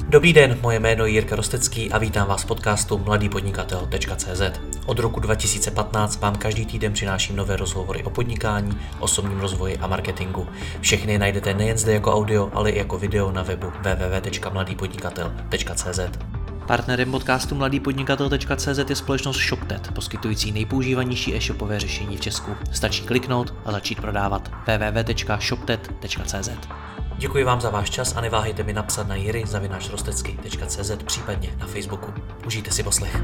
Dobrý den, moje jméno je Jirka Rostecký a vítám vás v podcastu mladýpodnikatel.cz. Od roku 2015 vám každý týden přináším nové rozhovory o podnikání, osobním rozvoji a marketingu. Všechny najdete nejen zde jako audio, ale i jako video na webu www.mladýpodnikatel.cz. Partnerem podcastu mladýpodnikatel.cz je společnost ShopTet, poskytující nejpoužívanější e-shopové řešení v Česku. Stačí kliknout a začít prodávat. www.shoptet.cz. Děkuji vám za váš čas a neváhejte mi napsat na jiry@rostecky.cz, případně na Facebooku. Užijte si poslech.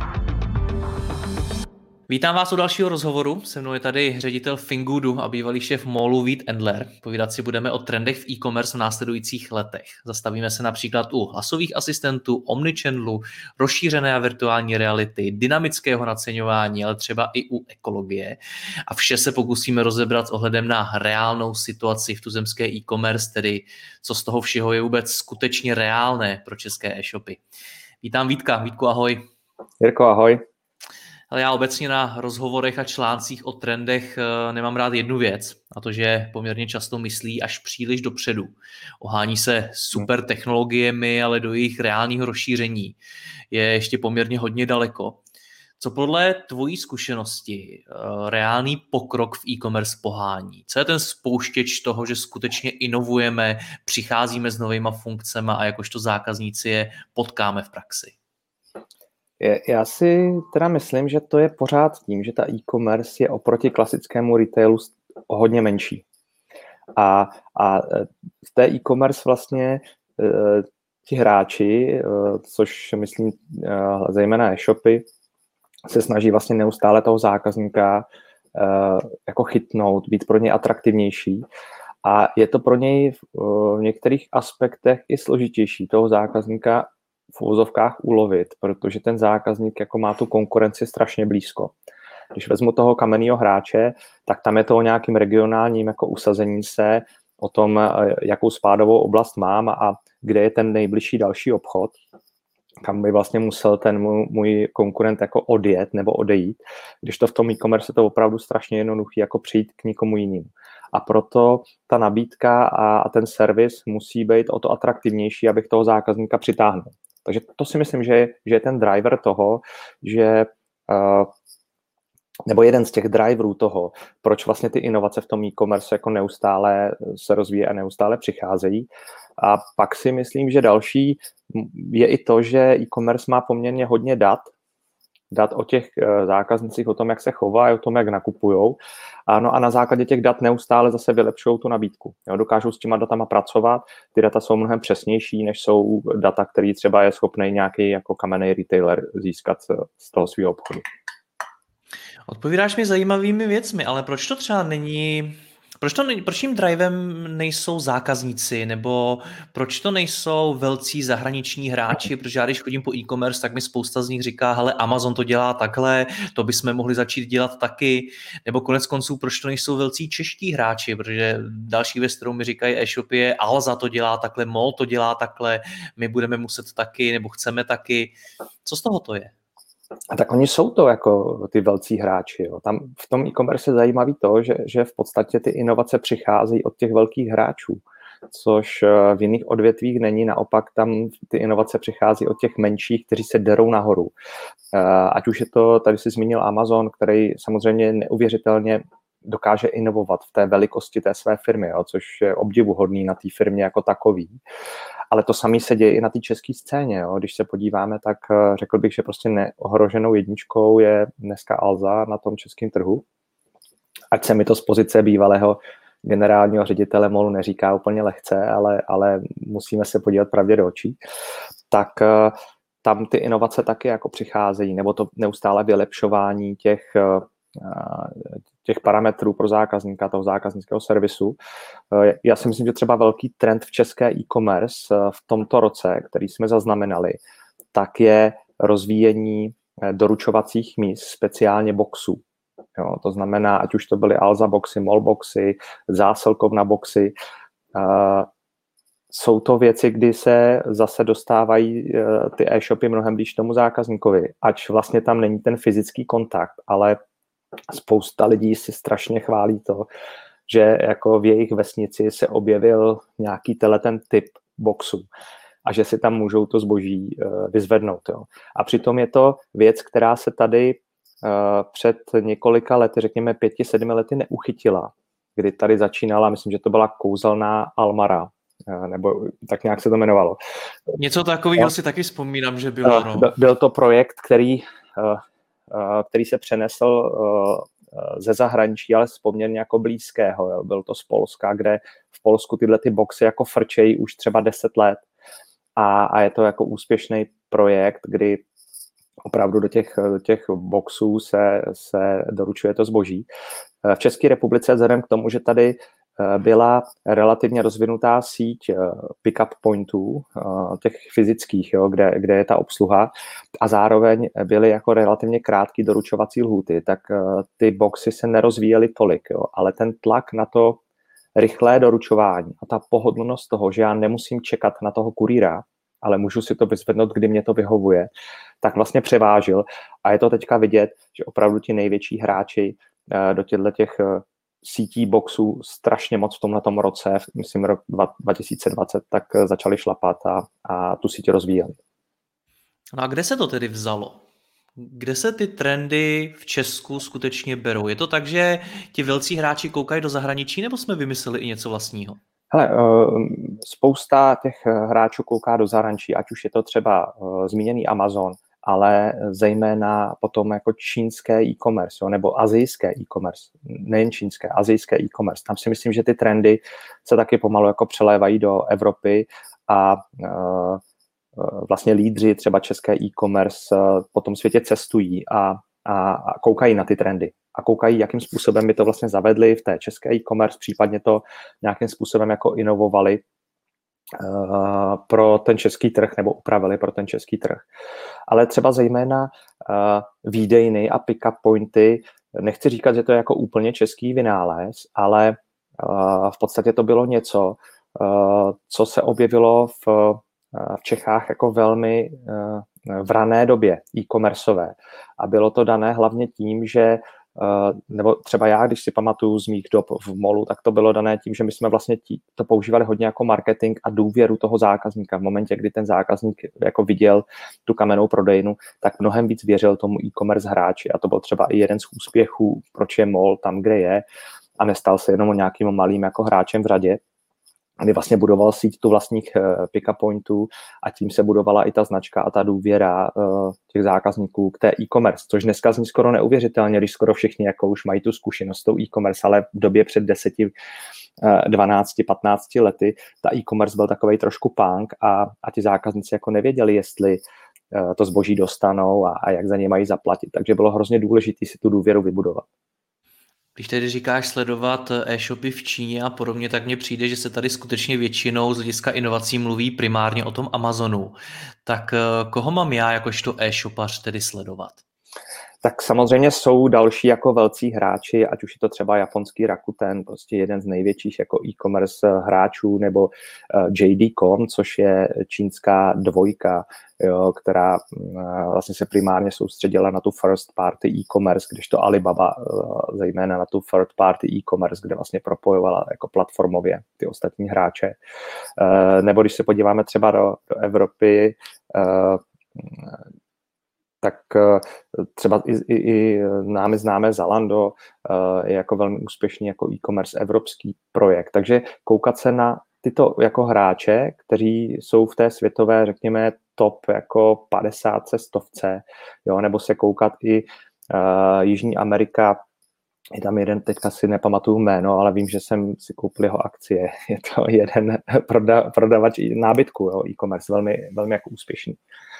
Vítám vás u dalšího rozhovoru. Se mnou je tady ředitel Fingoodu a bývalý šéf Mallu Vít Endler. Povídat si budeme o trendech v e-commerce v následujících letech. Zastavíme se například u hlasových asistentů, omnichannelu, rozšířené a virtuální reality, dynamického naceňování, ale třeba i u ekologie. A vše se pokusíme rozebrat s ohledem na reálnou situaci v tuzemské e-commerce, tedy co z toho všeho je vůbec skutečně reálné pro české e-shopy. Vítám Vítka. Vítku, ahoj. Jirko, ahoj. Ale já obecně na rozhovorech a článcích o trendech nemám rád jednu věc, a to, že poměrně často myslí až příliš dopředu. Ohání se super technologiemi, ale do jejich reálného rozšíření je ještě poměrně hodně daleko. Co podle tvojí zkušenosti reálný pokrok v e-commerce pohání? Co je ten spouštěč toho, že skutečně inovujeme, přicházíme s novýma funkcemi a jakožto zákazníci je potkáme v praxi? Já si teda myslím, že to je pořád tím, že ta e-commerce je oproti klasickému retailu hodně menší. A v té e-commerce vlastně ti hráči, což myslím zejména e-shopy, se snaží vlastně neustále toho zákazníka jako chytnout, být pro něj atraktivnější. A je to pro něj v některých aspektech i složitější toho zákazníka v uvozovkách ulovit, protože ten zákazník jako má tu konkurenci strašně blízko. Když vezmu toho kamenného hráče, tak tam je to o nějakým regionálním jako usazení se, o tom, jakou spádovou oblast mám a kde je ten nejbližší další obchod, kam by vlastně musel ten můj konkurent jako odjet nebo odejít, když to v tom e-commerce je to opravdu strašně jednoduchý jako přijít k nikomu jinému. A proto ta nabídka a ten servis musí být o to atraktivnější, abych toho zákazníka přitáhnul. Takže to si myslím, že je ten driver toho, že nebo jeden z těch driverů toho, proč vlastně ty inovace v tom e-commerce jako neustále se rozvíjí a neustále přicházejí. A pak si myslím, že další je i to, že e-commerce má poměrně hodně dat o těch zákaznicích, o tom, jak se chovají, o tom, jak nakupujou. Ano, a na základě těch dat neustále zase vylepšují tu nabídku. Jo, dokážou s těma datama pracovat, ty data jsou mnohem přesnější, než jsou data, který třeba je schopný nějaký jako kamenný retailer získat z toho svého obchodu. Odpovídáš mi zajímavými věcmi, ale proč to třeba není... Proč tím drivem nejsou zákazníci, nebo proč to nejsou velcí zahraniční hráči, protože já když chodím po e-commerce, tak mi spousta z nich říká, hele, Amazon to dělá takhle, to bychom mohli začít dělat taky, nebo konec konců, proč to nejsou velcí čeští hráči, protože další věc, kterou mi říkají e-shopy je, Alza to dělá takhle, MOL to dělá takhle, my budeme muset taky, nebo chceme taky. Co z toho to je? A tak oni jsou to jako ty velcí hráči. Jo. Tam v tom e-commerce je zajímavý to, že v podstatě ty inovace přicházejí od těch velkých hráčů, což v jiných odvětvích není. Naopak tam ty inovace přichází od těch menších, kteří se derou nahoru. Ať už je to, tady si zmínil Amazon, který samozřejmě neuvěřitelně dokáže inovovat v té velikosti té své firmy, jo, což je obdivuhodný na té firmě jako takový. Ale to samé se děje i na té české scéně. Jo. Když se podíváme, tak řekl bych, že prostě neohroženou jedničkou je dneska Alza na tom českém trhu. Ať se mi to z pozice bývalého generálního ředitele MOLu neříká úplně lehce, ale musíme se podívat pravdě do očí. Tak tam ty inovace taky jako přicházejí, nebo to neustále vylepšování těch parametrů pro zákazníka, toho zákaznického servisu. Já si myslím, že třeba velký trend v české e-commerce v tomto roce, který jsme zaznamenali, tak je rozvíjení doručovacích míst, speciálně boxů. Jo, to znamená, ať už to byly Alza boxy, MOL boxy, zásilkovna boxy, jsou to věci, kdy se zase dostávají ty e-shopy mnohem blíž tomu zákazníkovi, ač vlastně tam není ten fyzický kontakt, ale spousta lidí si strašně chválí to, že jako v jejich vesnici se objevil nějaký ten typ boxu. a že si tam můžou to zboží vyzvednout. Jo. A přitom je to věc, která se tady před několika lety, řekněme 5-7 lety neuchytila, kdy tady začínala, myslím, že to byla kouzelná Almara, nebo tak nějak se to jmenovalo. Něco takového si taky vzpomínám, že bylo. No. Byl to projekt, který se přenesl ze zahraničí, ale z poměrně jako blízkého. Jo. Byl to z Polska, kde v Polsku tyhle ty boxy jako frčejí už třeba 10 let a je to jako úspěšný projekt, kdy opravdu do těch boxů se doručuje to zboží. V České republice vzhledem k tomu, že tady byla relativně rozvinutá síť pick-up pointů, těch fyzických, jo, kde je ta obsluha, a zároveň byly jako relativně krátké doručovací lhůty, tak ty boxy se nerozvíjely tolik, jo, ale ten tlak na to rychlé doručování a ta pohodlnost toho, že já nemusím čekat na toho kurýra, ale můžu si to vyzvednout, kdy mě to vyhovuje, tak vlastně převážil. A je to teďka vidět, že opravdu ti největší hráči do těch sítí boxů strašně moc v tomhletom roce, myslím rok 2020, tak začali šlapat a tu síť rozvíjeli. No a kde se to tedy vzalo? Kde se ty trendy v Česku skutečně berou? Je to tak, že ti velcí hráči koukají do zahraničí, nebo jsme vymysleli i něco vlastního? Hele, spousta těch hráčů kouká do zahraničí, ať už je to třeba zmíněný Amazon, ale zejména potom jako čínské e-commerce, jo, nebo asijské e-commerce, nejen čínské, asijské e-commerce. Tam si myslím, že ty trendy se taky pomalu jako přelévají do Evropy a vlastně lídři třeba české e-commerce po tom světě cestují a koukají na ty trendy. A koukají, jakým způsobem by to vlastně zavedli v té české e-commerce, případně to nějakým způsobem jako inovovali pro ten český trh nebo upravili pro ten český trh. Ale třeba zejména výdejny a pick-up pointy, nechci říkat, že to je jako úplně český vynález, ale v podstatě to bylo něco, co se objevilo v Čechách jako velmi v rané době e-commerceové. A bylo to dané hlavně tím, že nebo třeba já, když si pamatuju z mých dob v molu, tak to bylo dané tím, že my jsme vlastně to používali hodně jako marketing a důvěru toho zákazníka. V momentě, kdy ten zákazník jako viděl tu kamennou prodejnu, tak mnohem víc věřil tomu e-commerce hráči a to byl třeba i jeden z úspěchů, proč je mol tam, kde je a nestal se jenom nějakým malým jako hráčem v řadě, kdy vlastně budoval síť tu vlastních pick-up pointů a tím se budovala i ta značka a ta důvěra těch zákazníků k té e-commerce, což dneska zní skoro neuvěřitelně, když skoro všichni jako už mají tu zkušenost s tou e-commerce, ale v době před 10, 12, 15 lety ta e-commerce byl takovej trošku punk a ti zákazníci jako nevěděli, jestli to zboží dostanou a jak za ně mají zaplatit. Takže bylo hrozně důležité si tu důvěru vybudovat. Když tedy říkáš sledovat e-shopy v Číně a podobně, tak mně přijde, že se tady skutečně většinou z hlediska inovací mluví primárně o tom Amazonu. Tak koho mám já jakožto e-shopař tedy sledovat? Tak samozřejmě jsou další jako velcí hráči, ať už je to třeba japonský Rakuten, prostě jeden z největších jako e-commerce hráčů, nebo JD.com, což je čínská dvojka, jo, která vlastně se primárně soustředila na tu first party e-commerce, kdežto Alibaba zejména na tu third party e-commerce, kde vlastně propojovala jako platformově ty ostatní hráče. Nebo když se podíváme třeba do Evropy, tak třeba i námi známé Zalando je jako velmi úspěšný jako e-commerce evropský projekt. Takže koukat se na tyto jako hráče, kteří jsou v té světové, řekněme, top jako 50, 100, jo, nebo se koukat i Jižní Amerika, je tam jeden, teďka si nepamatuju jméno, ale vím, že jsem si koupil jeho akcie. Je to jeden prodavač nábytku, jo, e-commerce, velmi, velmi jako úspěšný.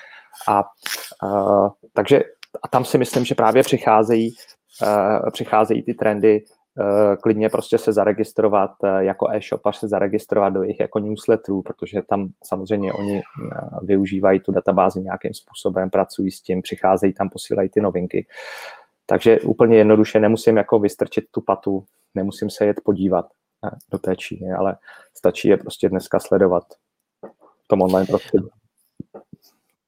Takže tam si myslím, že právě přicházejí ty trendy, klidně prostě se zaregistrovat jako e-shopař, se zaregistrovat do jejich jako newsletterů, protože tam samozřejmě oni využívají tu databázi nějakým způsobem, pracují s tím, přicházejí tam, posílají ty novinky. Takže úplně jednoduše nemusím jako vystrčit tu patu, nemusím se jet podívat do té Číny, ale stačí je prostě dneska sledovat v tom online prostředí.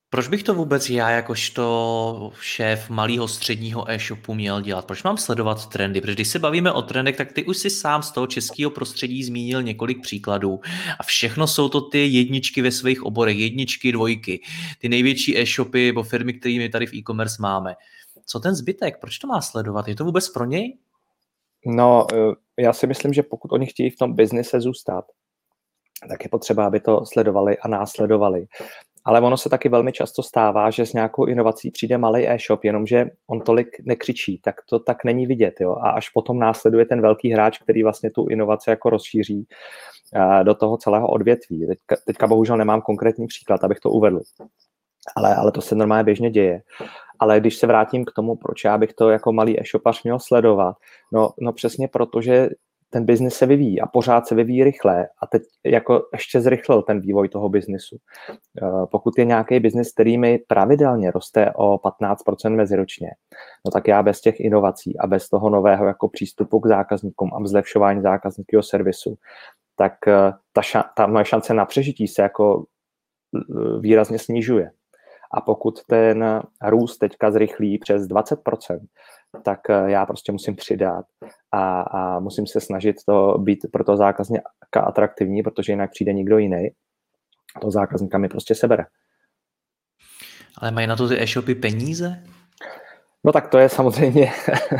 Proč bych to vůbec já jakožto šéf malého středního e-shopu měl dělat? Proč mám sledovat trendy? Protože když se bavíme o trendech, tak ty už si sám z toho českého prostředí zmínil několik příkladů. A všechno jsou to ty jedničky ve svých oborech, jedničky, dvojky. Ty největší e-shopy nebo firmy, které my tady v e-commerce máme. Co ten zbytek? Proč to má sledovat? Je to vůbec pro něj? No, já si myslím, že pokud oni chtějí v tom biznise zůstat, tak je potřeba, aby to sledovali a následovali. Ale ono se taky velmi často stává, že s nějakou inovací přijde malý e-shop, jenomže on tolik nekřičí, tak to tak není vidět. Jo? A až potom následuje ten velký hráč, který vlastně tu inovaci jako rozšíří do toho celého odvětví. Teďka bohužel nemám konkrétní příklad, abych to uvedl. Ale to se normálně běžně děje. Ale když se vrátím k tomu, proč já bych to jako malý e-shopař měl sledovat, no přesně proto, že ten biznis se vyvíjí a pořád se vyvíjí rychle a teď jako ještě zrychlil ten vývoj toho biznisu. Pokud je nějaký biznis, který mi pravidelně roste o 15% meziročně, no tak já bez těch inovací a bez toho nového jako přístupu k zákazníkům a zlepšování zákazníkního servisu, tak ta moje šance na přežití se jako výrazně snižuje. A pokud ten růst teďka zrychlí přes 20%, tak já prostě musím přidat a musím se snažit to být pro toho zákazníka atraktivní, protože jinak přijde nikdo jiný. To zákazníka mi prostě sebere. Ale mají na to ty e-shopy peníze? No tak to je samozřejmě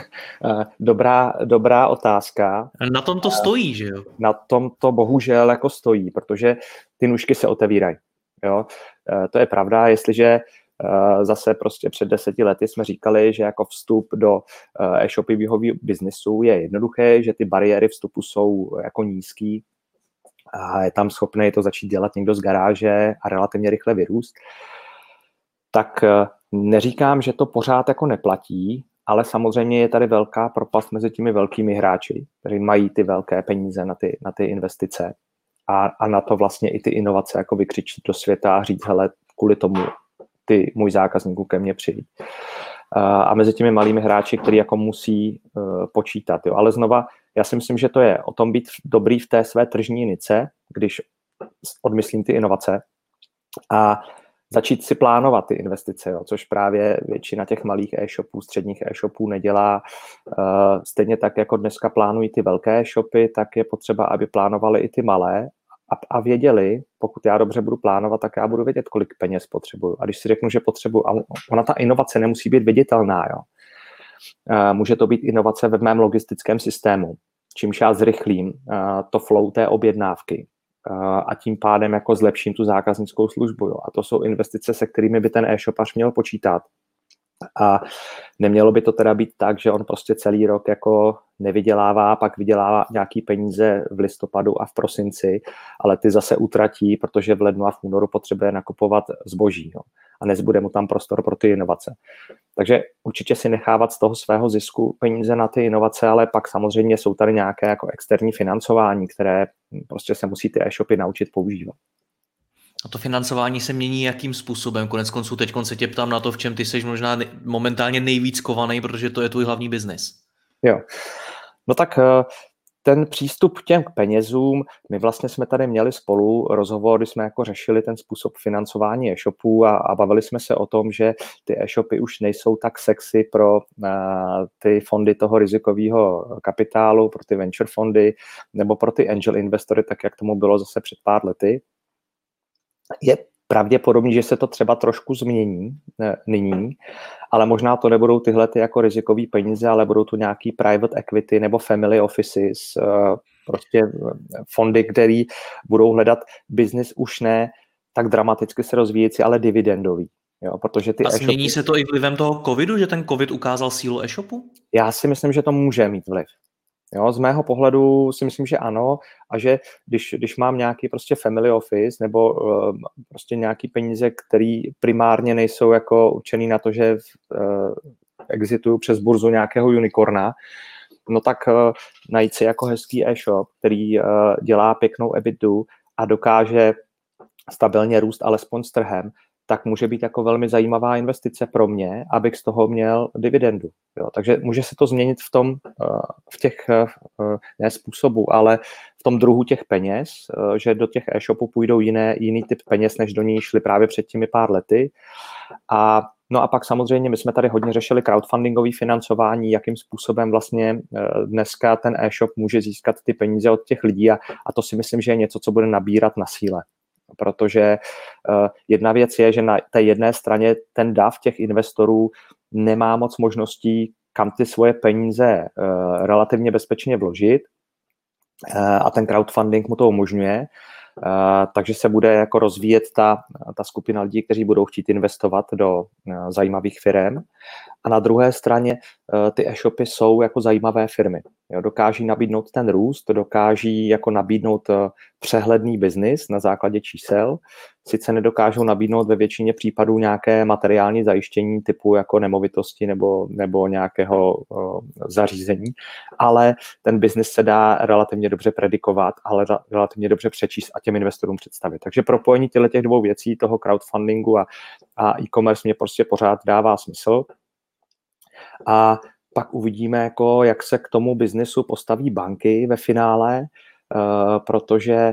dobrá otázka. Na tom to stojí, že jo? Na tom to bohužel jako stojí, protože ty nůžky se otevírají. Jo? To je pravda, jestliže zase prostě před 10 lety jsme říkali, že jako vstup do e-shopového biznesu je jednoduché, že ty bariéry vstupu jsou jako nízký a je tam schopný to začít dělat někdo z garáže a relativně rychle vyrůst. Tak neříkám, že to pořád jako neplatí, ale samozřejmě je tady velká propast mezi těmi velkými hráči, kteří mají ty velké peníze na ty investice a na to vlastně i ty inovace jako vykřičit do světa a říct, hele, kvůli tomu ty můj zákazníků ke mně přijít. A mezi těmi malými hráči, který jako musí počítat. Jo. Ale znova, já si myslím, že to je o tom být dobrý v té své tržní nice, když odmyslím ty inovace a začít si plánovat ty investice, jo, což právě většina těch malých e-shopů, středních e-shopů nedělá. Stejně tak, jako dneska plánují ty velké e-shopy, tak je potřeba, aby plánovali i ty malé a věděli, pokud já dobře budu plánovat, tak já budu vědět, kolik peněz potřebuju. A když si řeknu, že potřebuju, ale ona ta inovace nemusí být viditelná, jo. Může to být inovace ve mém logistickém systému, čímž já zrychlím to flow té objednávky a tím pádem jako zlepším tu zákaznickou službu. Jo. A to jsou investice, se kterými by ten e-shopař měl počítat. A nemělo by to teda být tak, že on prostě celý rok jako nevydělává, pak vydělává nějaký peníze v listopadu a v prosinci, ale ty zase utratí, protože v lednu a v únoru potřebuje nakupovat zboží. Jo. A nezbude mu tam prostor pro ty inovace. Takže určitě si nechávat z toho svého zisku peníze na ty inovace, ale pak samozřejmě jsou tady nějaké jako externí financování, které prostě se musí ty e-shopy naučit používat. A to financování se mění jakým způsobem? Koneckonců teď se tě ptám na to, v čem ty jsi možná momentálně nejvíc kovaný, protože to je tvůj hlavní biznis. Jo, no tak ten přístup k těm penězům, my vlastně jsme tady měli spolu rozhovor, kdy jsme jako řešili ten způsob financování e-shopů a bavili jsme se o tom, že ty e-shopy už nejsou tak sexy pro ty fondy toho rizikového kapitálu, pro ty venture fondy nebo pro ty angel investory, tak jak tomu bylo zase před pár lety. Je pravděpodobný, že se to třeba trošku změní nyní, ale možná to nebudou tyhle ty jako rizikový peníze, ale budou to nějaký private equity nebo family offices, prostě fondy, které budou hledat biznis už ne tak dramaticky se rozvíjející, ale dividendový. Jo, protože ty a změní se to i vlivem toho covidu, že ten covid ukázal sílu e-shopu? Já si myslím, že to může mít vliv. Jo, z mého pohledu si myslím, že ano a že když mám nějaký prostě family office nebo prostě nějaký peníze, které primárně nejsou jako určený na to, že exituju přes burzu nějakého unicorna, no tak najít si jako hezký e-shop, který dělá pěknou EBITDU a dokáže stabilně růst alespoň s trhem, tak může být jako velmi zajímavá investice pro mě, abych z toho měl dividendu. Jo, takže může se to změnit v těch ne způsobů, ale v tom druhu těch peněz, že do těch e-shopů půjdou jiný typ peněz, než do ní šli právě před těmi pár lety. No a pak samozřejmě my jsme tady hodně řešili crowdfundingové financování, jakým způsobem vlastně dneska ten e-shop může získat ty peníze od těch lidí a to si myslím, že je něco, co bude nabírat na síle. Protože jedna věc je, že na té jedné straně ten dav těch investorů nemá moc možností, kam ty svoje peníze relativně bezpečně vložit a ten crowdfunding mu to umožňuje. Takže se bude jako rozvíjet ta skupina lidí, kteří budou chtít investovat do zajímavých firm. A na druhé straně ty e-shopy jsou jako zajímavé firmy. Jo, dokáží nabídnout ten růst, dokáží jako nabídnout přehledný biznis na základě čísel. Sice nedokážou nabídnout ve většině případů nějaké materiální zajištění typu jako nemovitosti nebo nějakého zařízení, ale ten biznis se dá relativně dobře predikovat, ale relativně dobře přečíst a těm investorům představit. Takže propojení těch dvou věcí, toho crowdfundingu a e-commerce mě prostě pořád dává smysl. A pak uvidíme, jako, jak se k tomu biznesu postaví banky ve finále, protože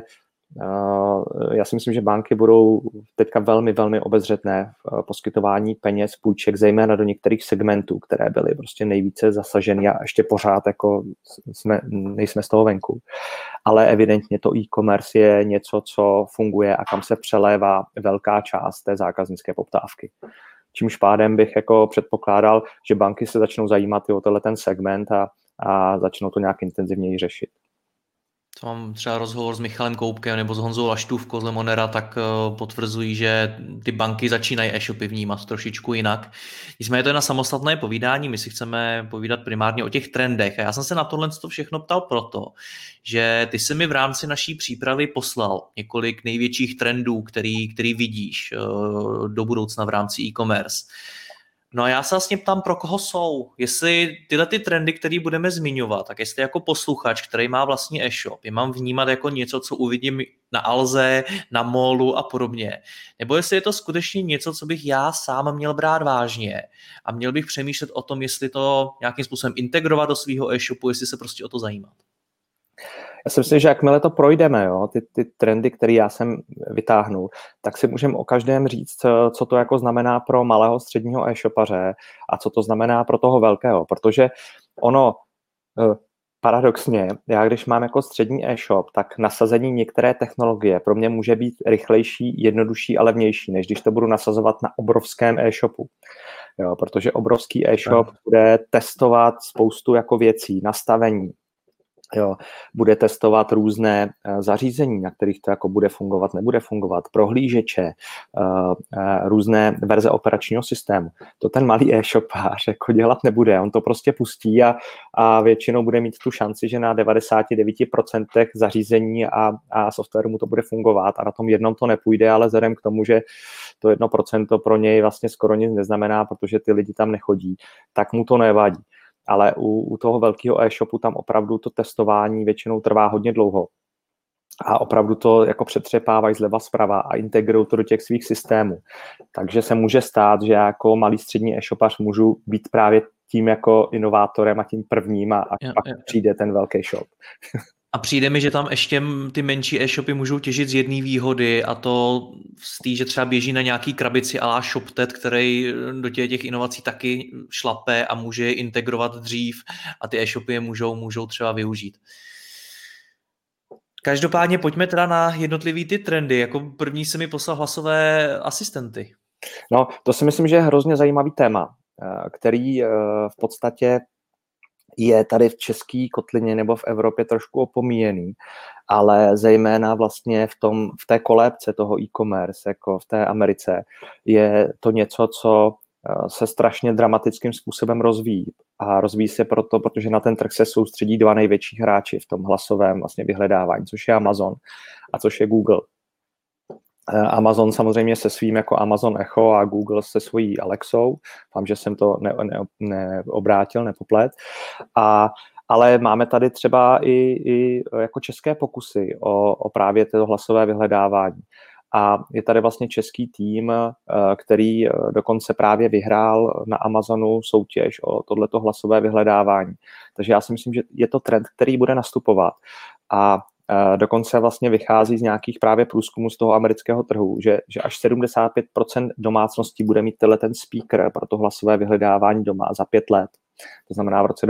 já si myslím, že banky budou teďka velmi, velmi obezřetné v poskytování peněz, půjček, zejména do některých segmentů, které byly prostě nejvíce zasaženy a ještě pořád jako nejsme z toho venku. Ale evidentně to e-commerce je něco, co funguje a kam se přelévá velká část té zákaznické poptávky. Čímž pádem bych jako předpokládal, že banky se začnou zajímat i o ten segment a začnou to nějak intenzivněji řešit. To mám třeba rozhovor s Michalem Koupkem nebo s Honzou Laštůvkou z Lemonera, tak potvrzují, že ty banky začínají e-shopy vnímat trošičku jinak. Nicméně to je na samostatné povídání, my si chceme povídat primárně o těch trendech. A já jsem se na tohle všechno ptal proto, že ty jsi mi v rámci naší přípravy poslal několik největších trendů, který vidíš do budoucna v rámci e-commerce. No a já se vlastně ptám, pro koho jsou. Jestli tyhle ty trendy, které budeme zmiňovat, tak jestli jako posluchač, který má vlastně e-shop, je mám vnímat jako něco, co uvidím na Alze, na Molu a podobně. Nebo jestli je to skutečně něco, co bych já sám měl brát vážně a měl bych přemýšlet o tom, jestli to nějakým způsobem integrovat do svého e-shopu, jestli se prostě o to zajímat. Já si myslím, že jakmile to projdeme, jo, ty trendy, které já jsem vytáhnul, tak si můžeme o každém říct, co to jako znamená pro malého středního e-shopaře a co to znamená pro toho velkého, protože ono paradoxně, já když mám jako střední e-shop, tak nasazení některé technologie pro mě může být rychlejší, jednodušší a levnější, než když to budu nasazovat na obrovském e-shopu. Jo, protože obrovský e-shop bude testovat spoustu jako věcí, nastavení. Jo, bude testovat různé zařízení, na kterých to jako bude fungovat, nebude fungovat, prohlížeče, různé verze operačního systému. To ten malý e-shopář jako dělat nebude, on to prostě pustí a většinou bude mít tu šanci, že na 99% zařízení a softwaru mu to bude fungovat a na tom jednom to nepůjde, ale vzhledem k tomu, že to 1% pro něj vlastně skoro nic neznamená, protože ty lidi tam nechodí, tak mu to nevadí. Ale u toho velkého e-shopu tam opravdu to testování většinou trvá hodně dlouho. A opravdu to jako přetřepávají zleva zprava a integrují to do těch svých systémů. Takže se může stát, že jako malý střední e-shopař můžu být právě tím jako inovátorem a tím prvním a pak přijde ten velký shop. A přijde mi, že tam ještě ty menší e-shopy můžou těžit z jedné výhody a to z té, že třeba běží na nějaký krabici à la ShopTet, který do těch inovací taky šlape a může je integrovat dřív a ty e-shopy je můžou třeba využít. Každopádně pojďme teda na jednotlivý ty trendy. Jako první se mi poslal hlasové asistenty. No, to si myslím, že je hrozně zajímavý téma, který v podstatě je tady v české kotlině nebo v Evropě trošku opomíjený, ale zejména vlastně v té kolébce toho e-commerce, jako v té Americe, je to něco, co se strašně dramatickým způsobem rozvíjí. A rozvíjí se proto, protože na ten trh se soustředí dva největší hráči v tom hlasovém vlastně vyhledávání, což je Amazon a což je Google. Amazon samozřejmě se svým jako Amazon Echo a Google se svojí Alexou. Doufám, že jsem to neobrátil, nepoplet. Ale máme tady třeba i jako české pokusy o právě to hlasové vyhledávání. a je tady vlastně český tým, který dokonce právě vyhrál na Amazonu soutěž o tohleto hlasové vyhledávání. Takže já si myslím, že je to trend, který bude nastupovat a dokonce vlastně vychází z nějakých právě průzkumů z toho amerického trhu, že až 75% domácností bude mít ten speaker pro to hlasové vyhledávání doma za 5 let. To znamená v roce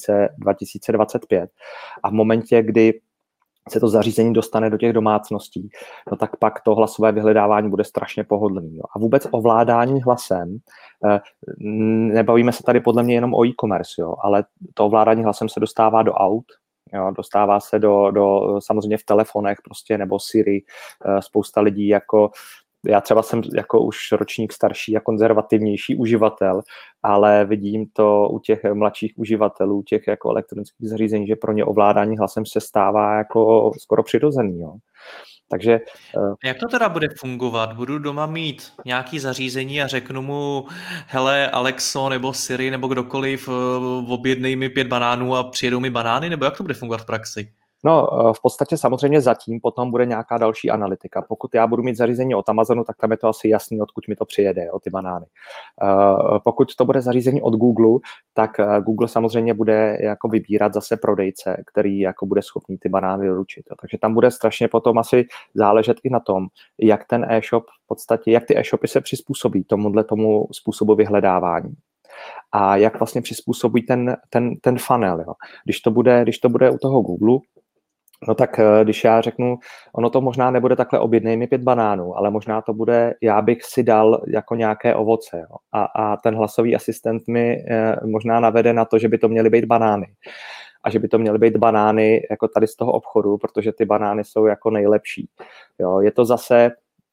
2025. A v momentě, kdy se to zařízení dostane do těch domácností, no tak pak to hlasové vyhledávání bude strašně pohodlný. Jo. A vůbec ovládání hlasem, nebavíme se tady podle mě jenom o e-commerce, jo, ale to ovládání hlasem se dostává do aut, jo, dostává se do samozřejmě v telefonech prostě, nebo Siri, spousta lidí jako já třeba jsem jako už ročník starší a konzervativnější uživatel, ale vidím to u těch mladších uživatelů, těch jako elektronických zařízení, že pro ně ovládání hlasem se stává jako skoro přirozený. Jo. Takže jak to teda bude fungovat? Budu doma mít nějaký zařízení a řeknu mu, hele Alexo nebo Siri nebo kdokoliv, objednej mi 5 banánů a přijedou mi banány, nebo jak to bude fungovat v praxi? No, v podstatě samozřejmě zatím potom bude nějaká další analytika. Pokud já budu mít zařízení od Amazonu, tak tam je to asi jasný, odkud mi to přijede, ty banány. Pokud to bude zařízení od Google, tak Google samozřejmě bude jako vybírat zase prodejce, který jako bude schopný ty banány doručit. Takže tam bude strašně potom asi záležet i na tom, jak ten e-shop v podstatě, jak ty e-shopy se přizpůsobí tomu způsobu vyhledávání. A jak vlastně přizpůsobí ten funnel. Jo. Když to bude u toho Google, no tak když já řeknu, ono to možná nebude takhle objednej mi 5 banánů, ale možná to bude, já bych si dal jako nějaké ovoce. Jo. A ten hlasový asistent mi možná navede na to, že by to měly být banány. A že by to měly být banány jako tady z toho obchodu, protože ty banány jsou jako nejlepší. Jo. Je to zase,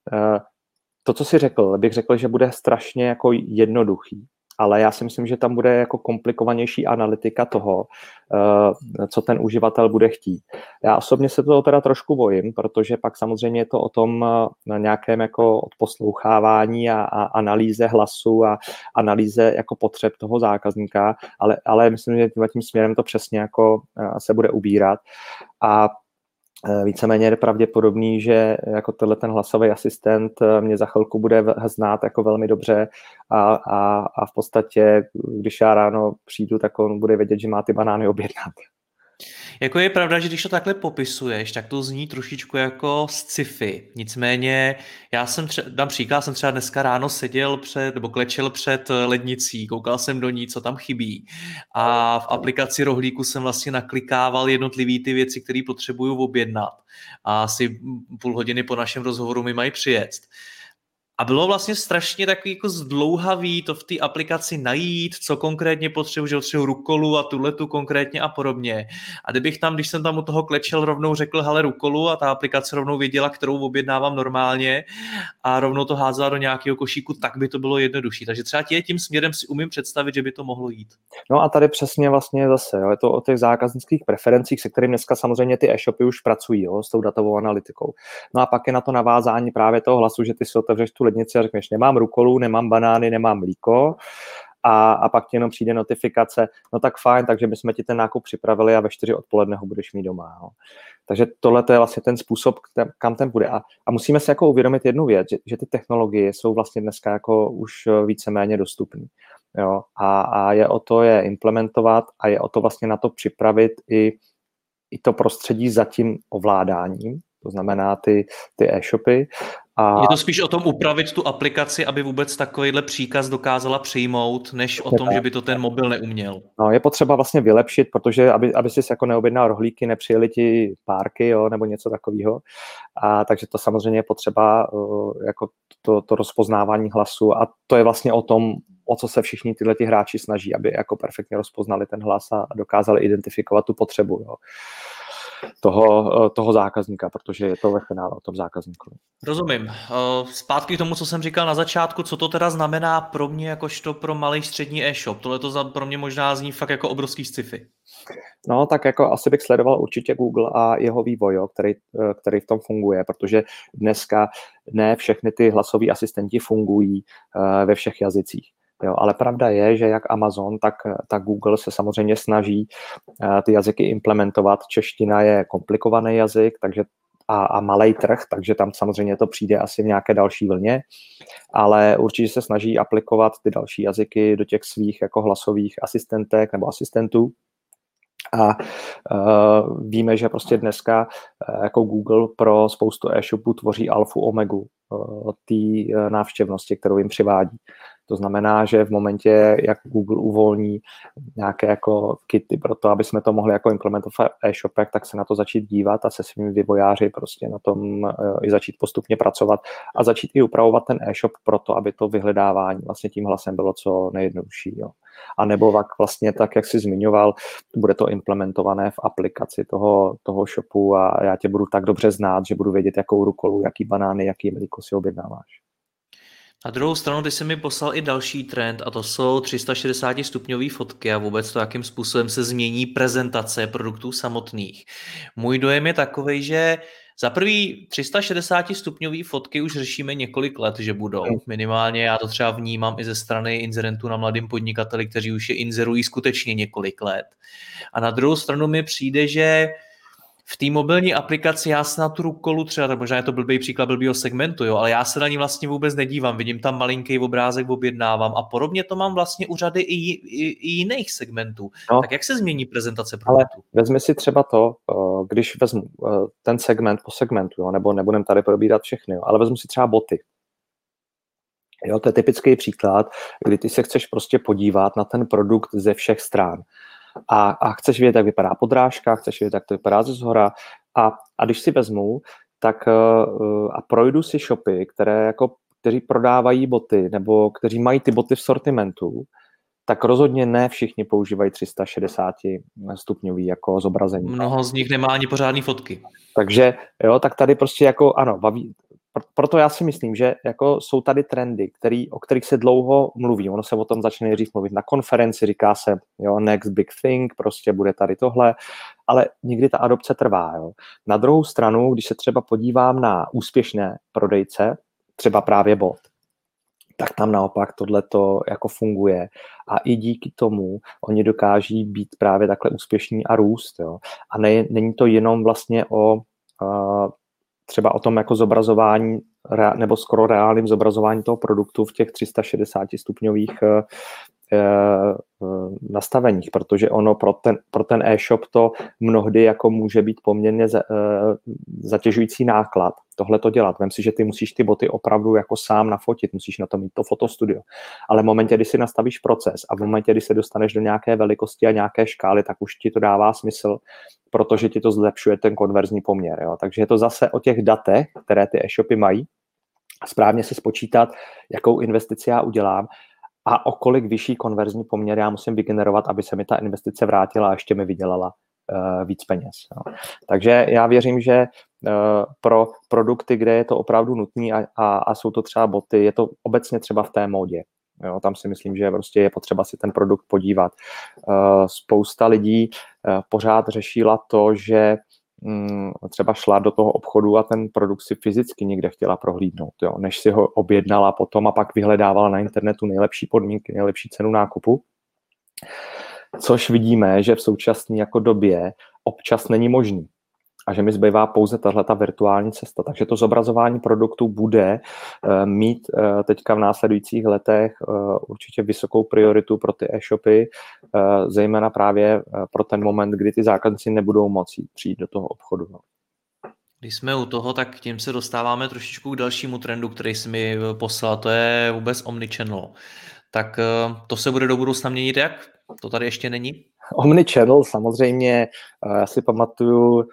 to, co jsi řekl, bych řekl, že bude strašně jako jednoduchý. Ale já si myslím, že tam bude jako komplikovanější analytika toho, co ten uživatel bude chtít. Já osobně se toho teda trošku bojím, protože pak samozřejmě je to o tom nějakém jako odposlouchávání a analýze hlasu a analýze jako potřeb toho zákazníka, ale myslím, že tím směrem to přesně jako se bude ubírat. A víceméně je pravděpodobný, že jako ten hlasový asistent mě za chvilku bude znát jako velmi dobře a v podstatě, když já ráno přijdu, tak on bude vědět, že má ty banány objednat. Jako je pravda, že když to takhle popisuješ, tak to zní trošičku jako sci-fi. Nicméně, dám příklad, jsem třeba dneska ráno klečel před lednicí, koukal jsem do ní, co tam chybí. A v aplikaci rohlíku jsem vlastně naklikával jednotlivý ty věci, které potřebuju objednat. A asi půl hodiny po našem rozhovoru mi mají přijet. A bylo vlastně strašně takový jako zdlouhavý to v té aplikaci najít, co konkrétně potřebuji, že potřebuji rukolu a tuhletu konkrétně a podobně. A když jsem tam u toho klečel, rovnou řekl, hele rukolu a ta aplikace rovnou věděla, kterou objednávám normálně a rovnou to házela do nějakého košíku, tak by to bylo jednodušší. Takže třeba tím směrem si umím představit, že by to mohlo jít. No a tady přesně vlastně zase, jo, je to o těch zákaznických preferencích, se kterým dneska samozřejmě ty e-shopy už pracují, jo, s tou datovou analytikou. No a pak je na to navázání právě toho hlasu, že ty si otevřeš tu lednici a řekneš, nemám rukolu, nemám banány, nemám mlíko a pak ti jenom přijde notifikace, no tak fajn, takže my jsme ti ten nákup připravili a ve 4 odpoledne ho budeš mít doma. Jo. Takže tohle je vlastně ten způsob, kam ten bude. A musíme si jako uvědomit jednu věc, že ty technologie jsou vlastně dneska jako už víceméně dostupné. Jo. A je o to je implementovat a je o to vlastně na to připravit i to prostředí za tím ovládáním, to znamená ty e-shopy. Je to spíš o tom upravit tu aplikaci, aby vůbec takovýhle příkaz dokázala přijmout, než o tom, že by to ten mobil neuměl. No, je potřeba vlastně vylepšit, protože aby si jako neobjednal rohlíky, nepřijeli ti párky, jo, nebo něco takového. A takže to samozřejmě je potřeba jako to rozpoznávání hlasu a to je vlastně o tom, o co se všichni tyhle hráči snaží, aby jako perfektně rozpoznali ten hlas a dokázali identifikovat tu potřebu, jo, toho zákazníka, protože je to ve finále o tom zákazníku. Rozumím. Zpátky k tomu, co jsem říkal na začátku, co to teda znamená pro mě, jakožto pro malý střední e-shop. Tohle to pro mě možná zní fakt jako obrovský sci-fi. No, tak jako asi bych sledoval určitě Google a jeho vývoj, jo, který v tom funguje, protože dneska ne všechny ty hlasoví asistenti fungují ve všech jazycích. Jo, ale pravda je, že jak Amazon, tak Google se samozřejmě snaží ty jazyky implementovat. Čeština je komplikovaný jazyk, takže a malej trh, takže tam samozřejmě to přijde asi v nějaké další vlně, ale určitě se snaží aplikovat ty další jazyky do těch svých jako hlasových asistentek nebo asistentů. A víme, že prostě dneska jako Google pro spoustu e-shopů tvoří alfu omegu té návštěvnosti, kterou jim přivádí. To znamená, že v momentě, jak Google uvolní nějaké jako kity pro to, aby jsme to mohli jako implementovat v e-shopech, tak se na to začít dívat a se svými vývojáři prostě na tom i začít postupně pracovat a začít i upravovat ten e-shop pro to, aby to vyhledávání vlastně tím hlasem bylo co nejjednodušší. Jo. A nebo vlastně tak, jak jsi zmiňoval, bude to implementované v aplikaci toho shopu a já tě budu tak dobře znát, že budu vědět, jakou rukolu, jaký banány, jaký mlíko si objednáváš. Na druhou stranu ty jsi mi poslal i další trend a to jsou 360 stupňové fotky a vůbec to, jakým způsobem se změní prezentace produktů samotných. Můj dojem je takovej, že za prvý 360 stupňové fotky už řešíme několik let, že budou. Minimálně já to třeba vnímám i ze strany inzerentů na mladým podnikateli, kteří už je inzerují skutečně několik let. A na druhou stranu mi přijde, že v té mobilní aplikaci já se na tu rukolu třeba, možná je to blbý příklad blbýho segmentu, jo, ale já se na ní vlastně vůbec nedívám, vidím tam malinký obrázek, objednávám a podobně to mám vlastně u řady i jiných segmentů. No, tak jak se změní prezentace produktu? Ale vezmi si třeba to, když vezmu ten segment po segmentu, jo, nebo nebudem tady probírat všechny, jo, ale vezmu si třeba boty. Jo, to je typický příklad, kdy ty se chceš prostě podívat na ten produkt ze všech stran. A chceš vědět, jak vypadá podrážka, chceš vědět, jak to vypadá ze zhora. A když si vezmu, tak a projdu si shopy, kteří prodávají boty, nebo kteří mají ty boty v sortimentu, tak rozhodně ne všichni používají 360 stupňový jako zobrazení. Mnoho z nich nemá ani pořádný fotky. Takže jo, tak tady prostě jako ano, proto já si myslím, že jako jsou tady trendy, o kterých se dlouho mluví. Ono se o tom začne nejdřív mluvit na konferenci, říká se, jo, next big thing, prostě bude tady tohle, ale nikdy ta adopce trvá. Jo. Na druhou stranu, když se třeba podívám na úspěšné prodejce, třeba právě bot, tak tam naopak tohleto jako funguje a i díky tomu oni dokáží být právě takhle úspěšní a růst. Jo. A není to jenom vlastně třeba o tom jako zobrazování nebo skoro reálným zobrazování toho produktu v těch 360 stupňových nastaveních, protože ono pro ten e-shop to mnohdy jako může být poměrně zatěžující náklad tohle to dělat. Vem si, že ty musíš ty boty opravdu jako sám nafotit, musíš na to mít to fotostudio. Ale v momentě, kdy si nastavíš proces a v momentě, kdy se dostaneš do nějaké velikosti a nějaké škály, tak už ti to dává smysl, protože ti to zlepšuje ten konverzní poměr. Jo? Takže je to zase o těch datech, které ty e-shopy mají, správně si spočítat, jakou investici já udělám a o kolik vyšší konverzní poměr já musím vygenerovat, aby se mi ta investice vrátila a ještě mi vydělala víc peněz. Jo. Takže já věřím, že pro produkty, kde je to opravdu nutné a jsou to třeba boty, je to obecně třeba v té módě. Jo, tam si myslím, že prostě je potřeba si ten produkt podívat. Spousta lidí pořád řešila to, že třeba šla do toho obchodu a ten produkt si fyzicky někde chtěla prohlídnout, jo, než si ho objednala potom a pak vyhledávala na internetu nejlepší podmínky, nejlepší cenu nákupu. Což vidíme, že v současné jako době občas není možný. A že mi zbývá pouze tahleta virtuální cesta. Takže to zobrazování produktů bude mít teďka v následujících letech určitě vysokou prioritu pro ty e-shopy, zejména právě pro ten moment, kdy ty zákazníci nebudou moci přijít do toho obchodu. No. Když jsme u toho, tak tím se dostáváme trošičku k dalšímu trendu, který jsi mi poslal, to je vůbec omnichannel. Tak to se bude do budoucna měnit jak? To tady ještě není? Omnichannel samozřejmě, já si pamatuju